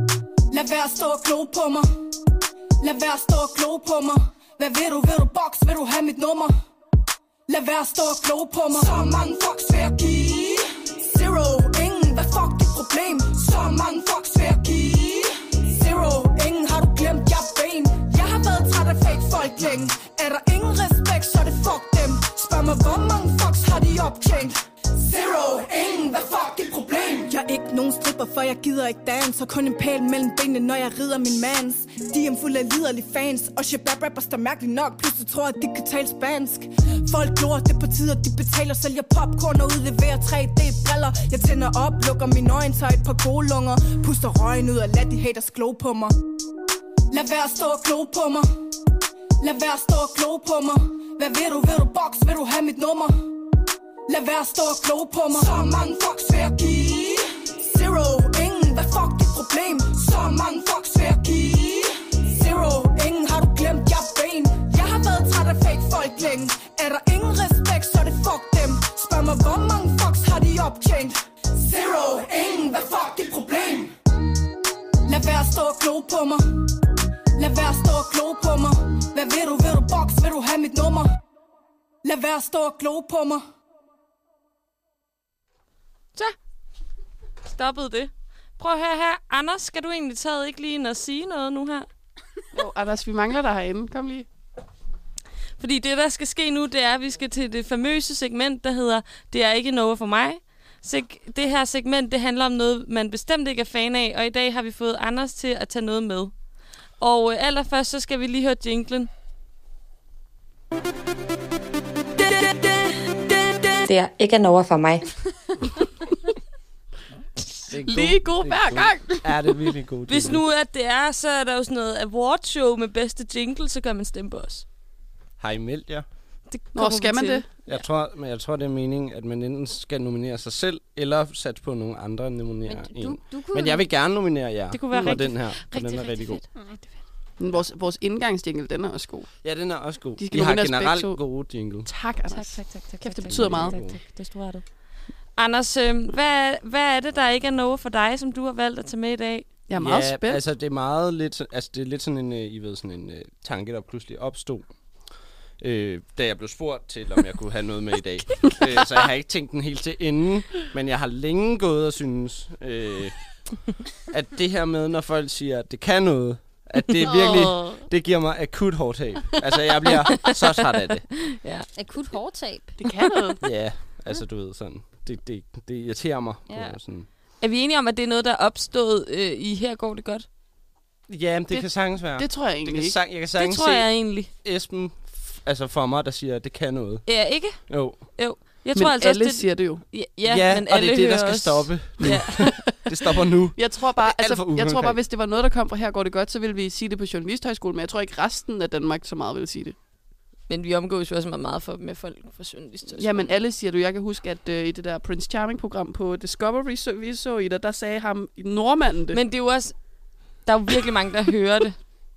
Lad være at stå og glo på mig. Lad være at stå og glo på mig. Hvad vil du, vil du box, vil du have mit nummer? Lad være at stå og glo på mig. Så mange fucks vil jeg give. Zero, ingen, hvad fuck dit problem? Så mange fucks vil jeg give. Zero, ingen, har du glemt, jeg er ben. Jeg har været træt af fake folk længe. Er der ingen respekt, så er det fuck dem. Spørg mig, hvor mange fucks har de optjent? Zero, ingen, hvad fuck dit problem? Jeg er ikke nogen stripper, for jeg gider ikke dance. Og kun en pæl mellem benene, når jeg rider min mans. De er fuld af liderlige fans. Og shabab rappers, der mærkeligt nok pludselig tror, at de kan tale spansk. Folk glor, det på tider, de betaler. Sælger popcorn og udleverer tre D-briller. Jeg tænder op, lukker mine øjne, tager et par gode lunger. Puster røgen ud og lad de haters glo på mig. Lad være at stå og glo på mig. Lad være at stå og glo på mig. Hvad vil du, vil du box, vil du have mit nummer? Lad være at stå og glo på mig. Så mange fucks vil jeg give. Zero, ingen, hvad fuck dit problem? Så mange fucks vil jeg give. Zero, ingen, har du glemt, jeg er ben. Jeg har været træt af fake folk længe. Er der ingen respekt, så er det fuck dem. Spørg mig, hvor mange fucks har de optjent? Zero, ingen, hvad fuck dit problem? Lad være at stå og glo på mig. Lad være at stå og glo på mig. Hvad vil du, vil du box, vil du have mit nummer? Lad være at stå og glo på mig. Så stoppede det. Prøv at høre her. Anders, skal du egentlig taget ikke lige ind og sige noget nu her? Jo, Anders, vi mangler dig herinde. Kom lige. Fordi det, der skal ske nu, det er, at vi skal til det famøse segment, der hedder Det er ikke noget for mig. Seg- det her segment, det handler om noget, man bestemt ikke er fan af, og i dag har vi fået Anders til at tage noget med. Og øh, allerførst, så skal vi lige høre jinglen. Det er ikke noget for mig. Lige god hver gang. Er det virkelig god? Hvis nu at det er, så er der jo sådan noget awardshow med bedste jingle, så kan man stemme på os. Har I meldt jer? Det Nå, skal man det? Jeg tror, men jeg tror, det er meningen, at man enten skal nominere sig selv, eller satse på nogle andre nominere Men en. du, du kunne Men jeg vil gerne nominere jer. Det kunne være for rigtig, den her. For rigtig, den er rigtig, rigtig god. fedt. Mm, rigtig fedt. Men vores, vores indgangsjingle, den er også god. Ja, den er også god. De skal Vi har nomineres begge generelt to. gode jingle. Tak, Anders. Tak, tak, tak, tak. Kæft, det tak, betyder tak, meget. Tak, tak, tak. Det er stort. Anders, øh, hvad, hvad er det, der ikke er noget for dig, som du har valgt at tage med i dag? Jeg er meget ja, spændt. altså det er meget lidt, så- altså det er lidt sådan en, øh, I ved, sådan en uh, tanke, der pludselig opstod, øh, da jeg blev spurgt til, om jeg kunne have noget med i dag. øh, så jeg har ikke tænkt den helt til enden, men jeg har længe gået og synes, øh, at det her med, når folk siger, at det kan noget, at det er virkelig, det giver mig akut hårdtab. Altså jeg bliver så træt af det. Ja. Akut hårdtab. Det kan noget. Ja, altså du ved sådan, det, det, det irriterer mig. Ja. På sådan. Er vi enige om, at det er noget, der er opstået øh, i Her går det godt? Ja, men det, Det- det kan sagtens være. Det tror jeg det egentlig kan ikke. sang, jeg kan Det sagtens tror se jeg egentlig. Esben f- altså for mig, der siger, at det kan noget. Ja, ikke? Jo. Jo. Jeg Men tror altså alle også, det, siger det jo. Ja, Ja, ja, men og alle det er det, der hører skal også- stoppe. Ja. Det stopper nu. Jeg tror bare, Og det er alt altså, for jeg tror bare, ukonkret. hvis det var noget, der kom fra Her går det godt, så ville vi sige det på Journalisthøjskolen, men jeg tror ikke resten af Danmark så meget vil sige det. Men vi omgås jo også meget, meget for, med folk fra Journalisthøjskolen. Ja, men alle siger du. Jeg kan huske, at øh, i det der Prince Charming-program på Discovery, så, vi så i det, der sagde ham i nordmanden det. Men det er jo også... Der er jo virkelig mange, der hører det.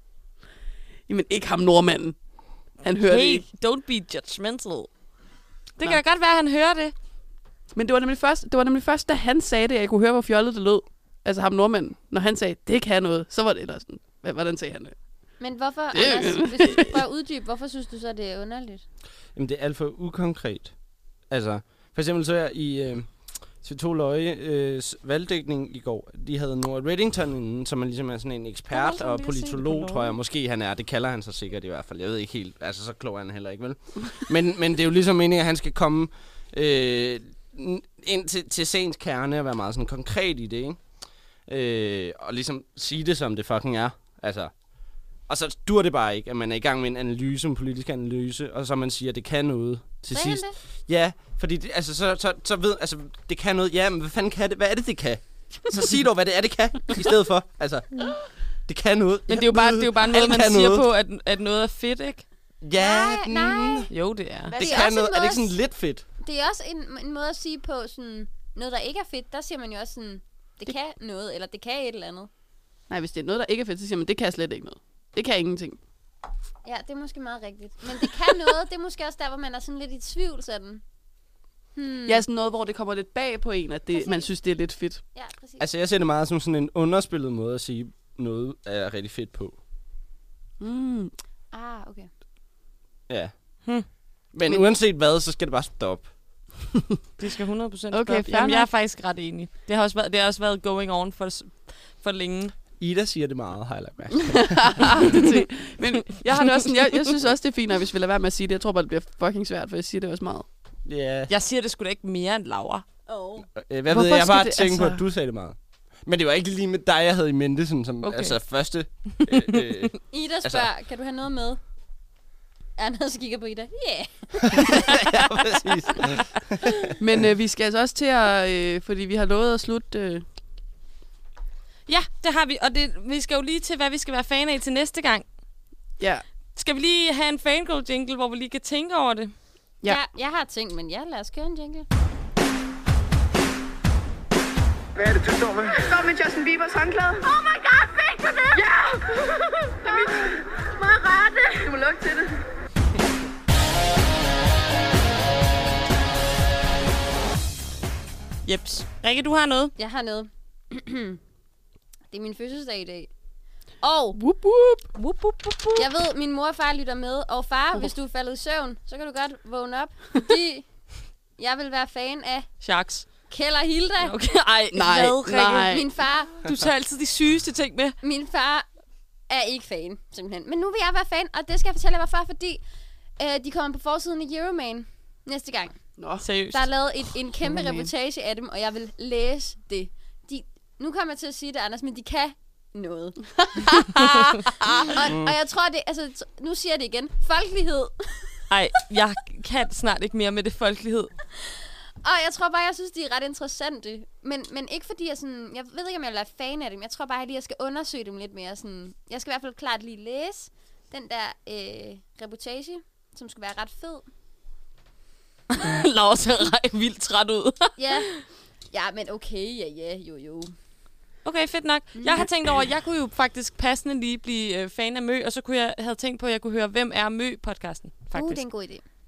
Jamen, ikke ham nordmanden. Han hører det Hey, ikke. don't be judgmental. Det Nå. kan da godt være, at han hører det. Men det var nemlig først, det var nemlig først, da han sagde det, at jeg kunne høre, hvor fjollet det lød. Altså ham nordmanden. Når han sagde, det kan noget, så var det ellers sådan. Hvad- Hvordan sagde han det? Men hvorfor, Det- Anders, hvis du skulle prøve at uddybe, hvorfor synes du så, det er underligt? Jamen, det er alt for ukonkret. Altså, for eksempel så er jeg i øh, T V to Løje øh, valgdækning i går. De havde Nora Reddington inden, som er ligesom er sådan en ekspert altså og lige at se det på politolog, Løje. tror jeg. Måske han er. Det kalder han sig sikkert i hvert fald. Jeg ved ikke helt. Altså, så klog er han heller ikke, vel? men, men det er jo ligesom meningen, at han skal komme øh, n- ind til, til sagens kerne og være meget sådan konkret i det, ikke? Øh, og ligesom sige det, som det fucking er. Altså... Og så dur det bare ikke, at man er i gang med en analyse, en politisk analyse, og så man siger, at det kan noget til Sagde han sidst. det? Ja, fordi det, altså, så, så, så ved, altså, det kan noget. Ja, men hvad fanden kan det? Hvad er det, det kan? Så sig dog, hvad det er, det kan, i stedet for. Altså, det kan noget. Men det er jo bare, det er jo bare noget, Alt man kan siger noget. på, at, at noget er fedt, ikke? Ja, Nej, nej. mm, Jo, det er. Hvad- det Det er kan også noget. en Er det måde ikke sådan at- lidt fedt? Det er også en, en måde at sige på sådan, noget, der ikke er fedt. Der siger man jo også sådan, det, det kan noget, eller det kan et eller andet. Nej, hvis det er noget, der ikke er fedt, så siger man, det kan slet ikke noget. Det kan ingenting. Ja, det er måske meget rigtigt. Men det kan noget. Det er måske også der, hvor man er sådan lidt i tvivl sådan. Hmm. Ja, sådan noget, hvor det kommer lidt bag på en, at det, Præcis. man synes, det er lidt fedt. Ja, præcis. Altså, jeg ser det meget som sådan en underspillet måde at sige, noget er rigtig fedt på. Mm. Ah, okay. Ja. Hmm. Men, Men- uanset hvad, så skal det bare stoppe. Det skal hundrede procent Okay, stoppe. fair Jamen, jeg er nok. faktisk ret enig. Det har også været, det har også været going on for, for længe. Ida siger det meget, har jeg lagt mærke til. det til. Men jeg har det også sådan, jeg, jeg synes også, det er fint, hvis vi lader være med at sige det. Jeg tror bare, det bliver fucking svært, for jeg siger det også meget. Ja. Jeg siger det sgu da ikke mere end Laura. Oh. Øh, Hvad Hvorfor ved jeg, jeg skulle bare det- tænke på, altså- at du sagde det meget. Men det var ikke lige med dig, jeg havde i mente, sådan som Okay. altså første... øh, øh, Ida Altså- spørger, kan du have noget med? Anders kigger på Ida. Yeah. ja, præcis. Men øh, vi skal altså også til at, øh, fordi vi har lovet at slutte... Øh, Ja, det har vi. Og det, vi skal jo lige til, hvad vi skal være fan af til næste gang. ja, Skal vi lige have en fangirl jingle, hvor vi lige kan tænke over det? Ja. Ja. Jeg, jeg har tænkt, men ja, lad os køre en jingle. Hvad er det, du står med? Jeg står med Justin Biebers håndklæde. Oh my god, fik du det? Ja! Det er mit. Må jeg røre det? Du må lugte til det. Jeps. Rikke, du har noget. Jeg har noget. Det er min fødselsdag i dag. Og whoop, whoop. Whoop, whoop, whoop, whoop. jeg ved, min mor og far lytter med. Og far, hvis du er faldet i søvn, så kan du godt vågne op. Fordi jeg vil være fan af Sharks. Kjeld og Hilda. Okay, ej, Nej, hvad, Rikke? nej. Min far, Du tager altid de sygeste ting med. min far er ikke fan, simpelthen. Men nu vil jeg være fan, og det skal jeg fortælle jer, hvorfor. Fordi øh, de kommer på forsiden i Euroman næste gang. Nå. Seriøst. Der er lavet et, en kæmpe Euroman. reportage af dem, og jeg vil læse det. De, nu kommer jeg til at sige det, Anders, men de kan noget. og, og jeg tror, det... Altså, t- nu siger jeg det igen. Folkelighed. Ej, jeg kan snart ikke mere med det folkelighed. Og jeg tror bare, jeg synes, de er ret interessante. Men, men ikke fordi jeg sådan... Jeg ved ikke, om jeg vil være fan af dem. Jeg tror bare, at jeg skal undersøge dem lidt mere. Sådan, jeg skal i hvert fald klart lige læse den der øh, reportage, som skulle være ret fed. Laura ser rej vildt træt ud. Ja. Ja, men okay. Ja, ja, jo, jo. Okay, fedt nok. Jeg har tænkt over, at jeg kunne jo faktisk passende lige blive øh, fan af Mø, og så kunne jeg have tænkt på, at jeg kunne høre, hvem er Mø-podcasten, Uh, faktisk. det er en god idé.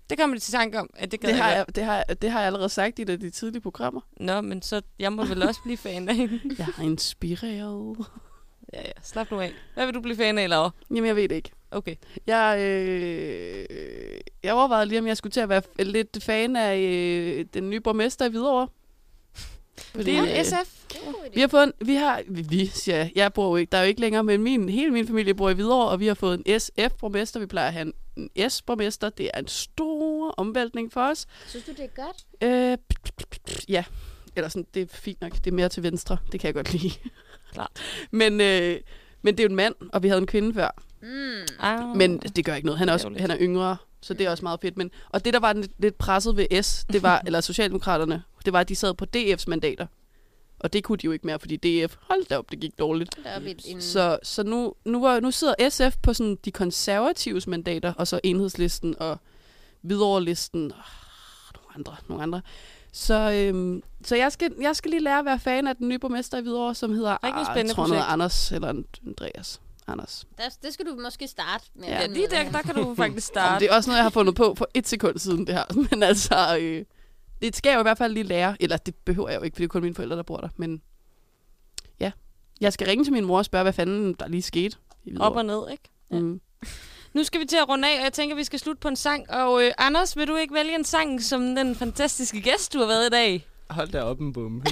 Det kommer det til tanke om, at det gad Det har, jeg, jeg, det, har, jeg- det har jeg allerede sagt i et af de tidlige programmer. Nå, men så jeg må vel også blive fan af hende. Jeg har inspireret. Ja, ja, slap nu af. Hvad vil du blive fan af, Laura? Jamen, jeg ved det ikke. Okay. Jeg, øh, jeg overvejede lige, om jeg skulle til at være f- lidt fan af øh, den nye borgmester i Hvidovre. Det er øh, S F. Vi har fået en, vi har, vi, vi siger jeg, jeg bor jo ikke, der er jo ikke længere, men min, hele min familie bor i Hvidovre, og vi har fået en S F-borgmester. Vi plejer at have en, en S-borgmester. Det er en stor omvæltning for os. Synes du, det er godt? Øh, ja, eller sådan, det er fint nok. Det er mere til venstre. Det kan jeg godt lide. Klart. Men, øh, men det er jo en mand, og vi havde en kvinde før. Mm. Ah. Men det gør ikke noget. Han er, også, Ærgerligt. han er yngre, så det er også meget fedt. Men, og det, der var lidt, lidt presset ved S, det var, eller Socialdemokraterne, det var, at de sad på D F's mandater. Og det kunne de jo ikke mere, fordi D F, hold da op, det gik dårligt. Deroppe i en- Så, så nu, nu, var, nu sidder S F på sådan de konservatives mandater, og så Enhedslisten og Hvidovre-listen og nogle andre. Nogle andre. Så, øhm, så jeg, skal, jeg skal lige lære at være fan af den nye borgmester i Hvidovre, som hedder Rigtig ah, spændende jeg tror, han hedder projekt. Anders eller Andreas. Anders. Der, det skal du måske starte med. Ja, at finde Lige ud af. der, der kan du faktisk Jamen, starte. det er også noget, jeg har fundet på for et sekund siden, det her. Men altså, øh, det skal jeg jo i hvert fald lige lære. Eller det behøver jeg jo ikke, for det er kun mine forældre, der bor der. Men ja, jeg skal ringe til min mor og spørge, hvad fanden der lige skete. i Hvidovre. Op og ned, ikke? Ja. Mm. Nu skal vi til at runde af, og jeg tænker, vi skal slutte på en sang. Og øh, Anders, vil du ikke vælge en sang som den fantastiske gæst, du har været i dag? Hold da op en bombe.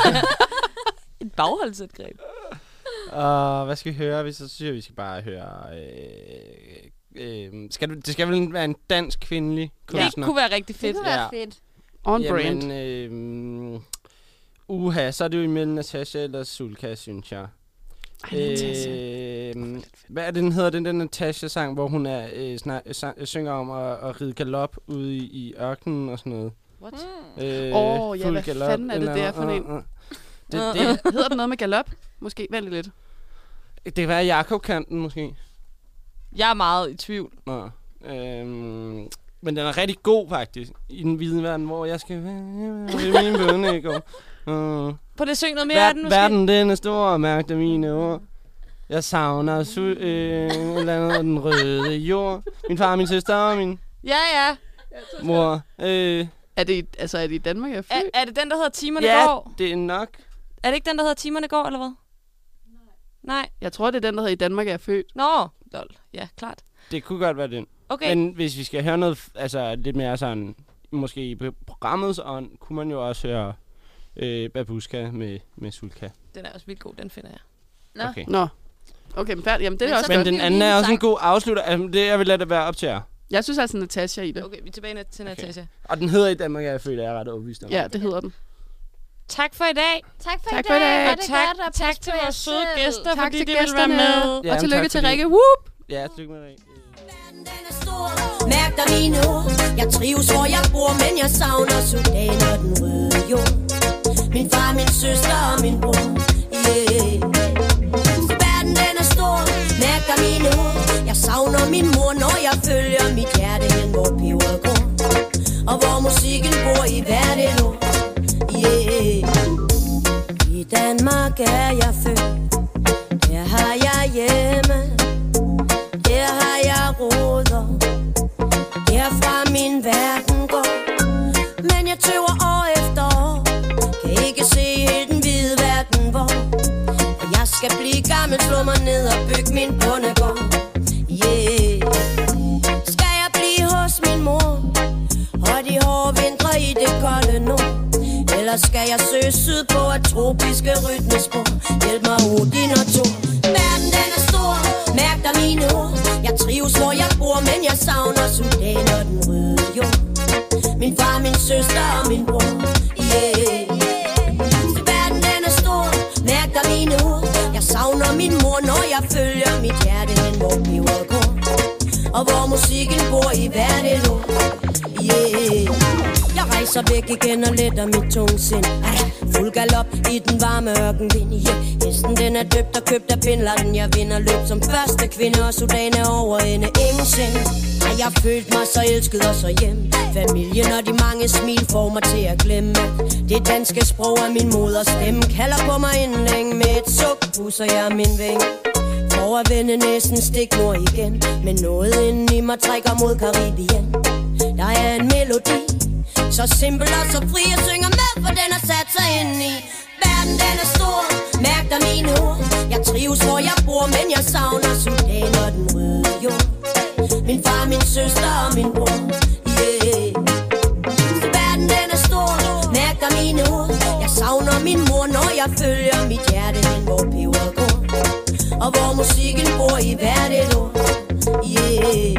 Et bagholdsætgreb. Og hvad skal vi høre? Hvis så synes jeg, vi skal bare høre... Øh, øh, skal du, det skal vel være en dansk kvindelig kunstner? Det kunne være rigtig Det fedt. kunne være Ja. fedt. On brand. Jamen, øh, uha, så er det jo imellem Natasha eller Sulka, synes jeg. Ej, Natasha. Øh, hvad er det, den hedder, den der Natasha-sang, hvor hun er, øh, snak, sang, synger om at, at ride galop ude i, i ørkenen og sådan noget? What? Øh, Åh, ja, fuld hvad galop, fanden er det, eller- det er for en? uh, uh. Det, det, Hedder den noget med galop? Måske, vent lige lidt. det kan være Jakob-kanten, måske. Jeg er meget i tvivl. Nå. Øhm, men den er rigtig god, faktisk. I den hvide verden, hvor jeg skal være min bønnegård. Uh. På det syng noget mere af den, Ver- måske? verden, den er stor, og mærkt af mine ord. Jeg savner su- øh, eller andet af den røde jord. Min far, min søster og min Ja, ja. mor. Øh, Er det, altså, er det i Danmark, jeg er Er, født? er det den, der hedder Timerne ja, går? det er nok. Er det ikke den, der hedder Timerne går, eller hvad? Nej. Nej. Jeg tror, det er den, der hedder I Danmark, jeg er født. Nå, lol. Ja, klart. Det kunne godt være den. Okay. Men hvis vi skal høre noget, f- altså lidt mere sådan, måske i pro- programmets ånd, kunne man jo også høre øh, Babushka med, med Sulka. Den er også vildt god, den finder jeg. Nå. Okay. Nå. Okay, men færdig. Jamen, det er Men også så- Men godt. den vi jo anden lige er en også en sang. god afslutter. Altså, det, jeg vil lade det være op til jer. Jeg synes altså Natasha i det. Okay, vi er tilbage til Natasha. Og den hedder i Danmark, jeg er født, og jeg er ret overbevist om. Ja, det hedder den. Tak for i dag. Tak for Tak i for i dag. dag. Ha' Og det tak, godt, og pas tak på til jer vores søde selv. gæster, Tak fordi til de ville være gæsterne. med. Ja, Og men tillykke tak til fordi- Rikke. Whoop! Ja, tillykke med Rikke. Den er stor, mærk dig mine ord. Jeg trives, hvor jeg bor, men jeg savner Sudan og den røde jord. Min far, min søster og min bror. Yeah. Så verden den er stor, mærk dig mine ord. Jeg savner min mor, når jeg følger mit hjerte hen, hvor peberet går. Og hvor musikken bor i hvert et ord. Yeah. I Danmark er jeg født. Her har jeg hjemme. Her har jeg roder. Herfra min verden går. Men jeg tøver år efter år. Kan ikke se helt den hvide verden, hvor jeg skal blive gammel, slå mig ned og bygge min bondegård. Yeah. Skal jeg blive hos min mor og de hårde vintre i det kolde nord? Eller skal jeg søge syd på et tropiske rytmespor? Hjælp mig Odin og Thor. Verden den er stor, mærk dig mine ord. Jeg trives hvor jeg bor, men jeg savner Sudan og den røde jord. Min far, min søster og min bror. Yeah. Verden den er stor, mærk dig mine ord. Jeg savner min mor, når jeg følger mit hjerte hen, hvor peberet går. Og hvor musikken bor i hvert et ord. Yeah. Jeg rejser væk igen og letter mit tungsind. Ej, fuld galop i den varme ørkenvind. Yeah. Hesten den er døbt og købt af Bin Laden. Jeg vinder løb som første kvinde, og Sudan er over ende ingenting. Ej, jeg følte mig så elsket og så hjem. Familien og de mange smil får mig til at glemme. Det danske sprog er min moders stemme. Kalder på mig inden længe med et suk, pusser jeg min vinge. For at vende næsen stik nord igen. Men noget inden i mig trækker mod Karibien. Der er en melodi, så simpel og så fri, jeg synger med, for den har sat sig ind i. Verden den er stor, mærk dig mine ord. Jeg trives hvor jeg bor, men jeg savner Sudan og den røde jord. Min far, min søster og min bror, yeah. Verden den er stor, mærk dig mine ord. Jeg savner min mor, når jeg følger mit hjerte hen, hvor peberet går. Og hvor musikken bor i hvert et ord, yeah.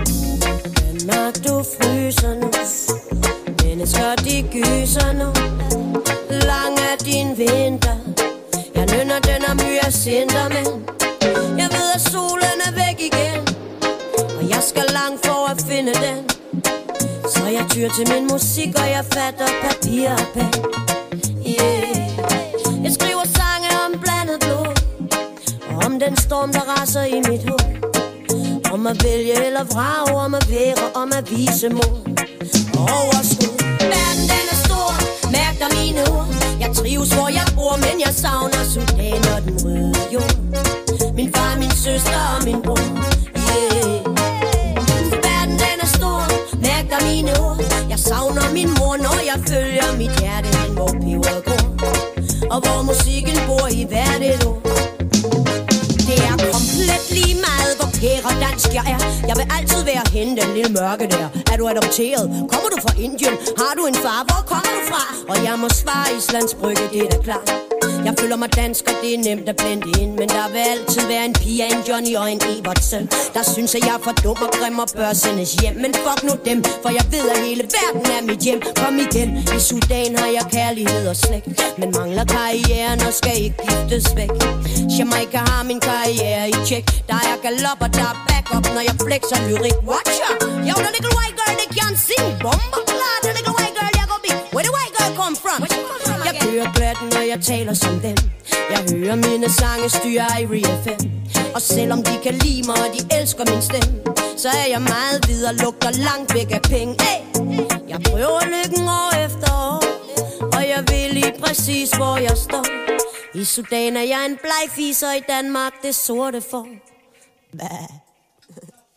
Danmark, du fryser nu, mennesker de gyser nu. Lang er din vinter, jeg nynner den er myre sinter, men jeg ved at solen er væk igen, og jeg skal langt for at finde den. Så jeg tyr til min musik, og jeg fatter papir og pen, yeah. Jeg skriver sange om blandet blod, og om den storm der raser i mit hoved. Om at vælge eller vrage, om at være, om at vise mod og overskud. Verden den er stor, mærk dig mine ord. Jeg trives hvor jeg bor, men jeg savner Sudan og den røde jord. Min far, min søster og min bror, yeah. Verden den er stor, mærk dig mine ord. Jeg savner min mor, når jeg følger mit hjerte hen, hvor peberet går. Og hvor musikken bor i hvert et ord. Det er komplet lige meget, hvor kære og dansk jeg er. Jeg vil altid være hende, den lille mørke der. Er du adopteret? Kommer du fra Indien? Har du en far? Hvor kommer du fra? Og jeg må svare Islands Brygge, det er da klart. Jeg føler mig dansk, og det er nemt at blende ind. Men der vil altid være en Pia, en Johnny og en Evertsen, der synes, at jeg er for dum og grim og bør sendes hjem. Men fuck nu dem, for jeg ved, at hele verden er mit hjem. Kom igen, i Sudan har jeg kærlighed og slægt, men mangler karrieren og skal ikke giftes væk. Jamaica har min karriere i tjek. Der er galop og der er backup, når jeg flexer lyrik. Watcha! Yo, the little white girl, they can't sing. Bomber klar, the little white girl, jeg går big. Where the white girl come from? Jeg hører glatten, når jeg taler som dem. Jeg hører mine sange styre i F M. Og selvom de kan lide mig, og de elsker min stemme, så er jeg meget videre, lugter langt væk af penge. Hey! Jeg prøver lykken år efter år, og jeg ved lige præcis, hvor jeg står. I Sudan er jeg en blegfis, og i Danmark det sorte får. Bæh.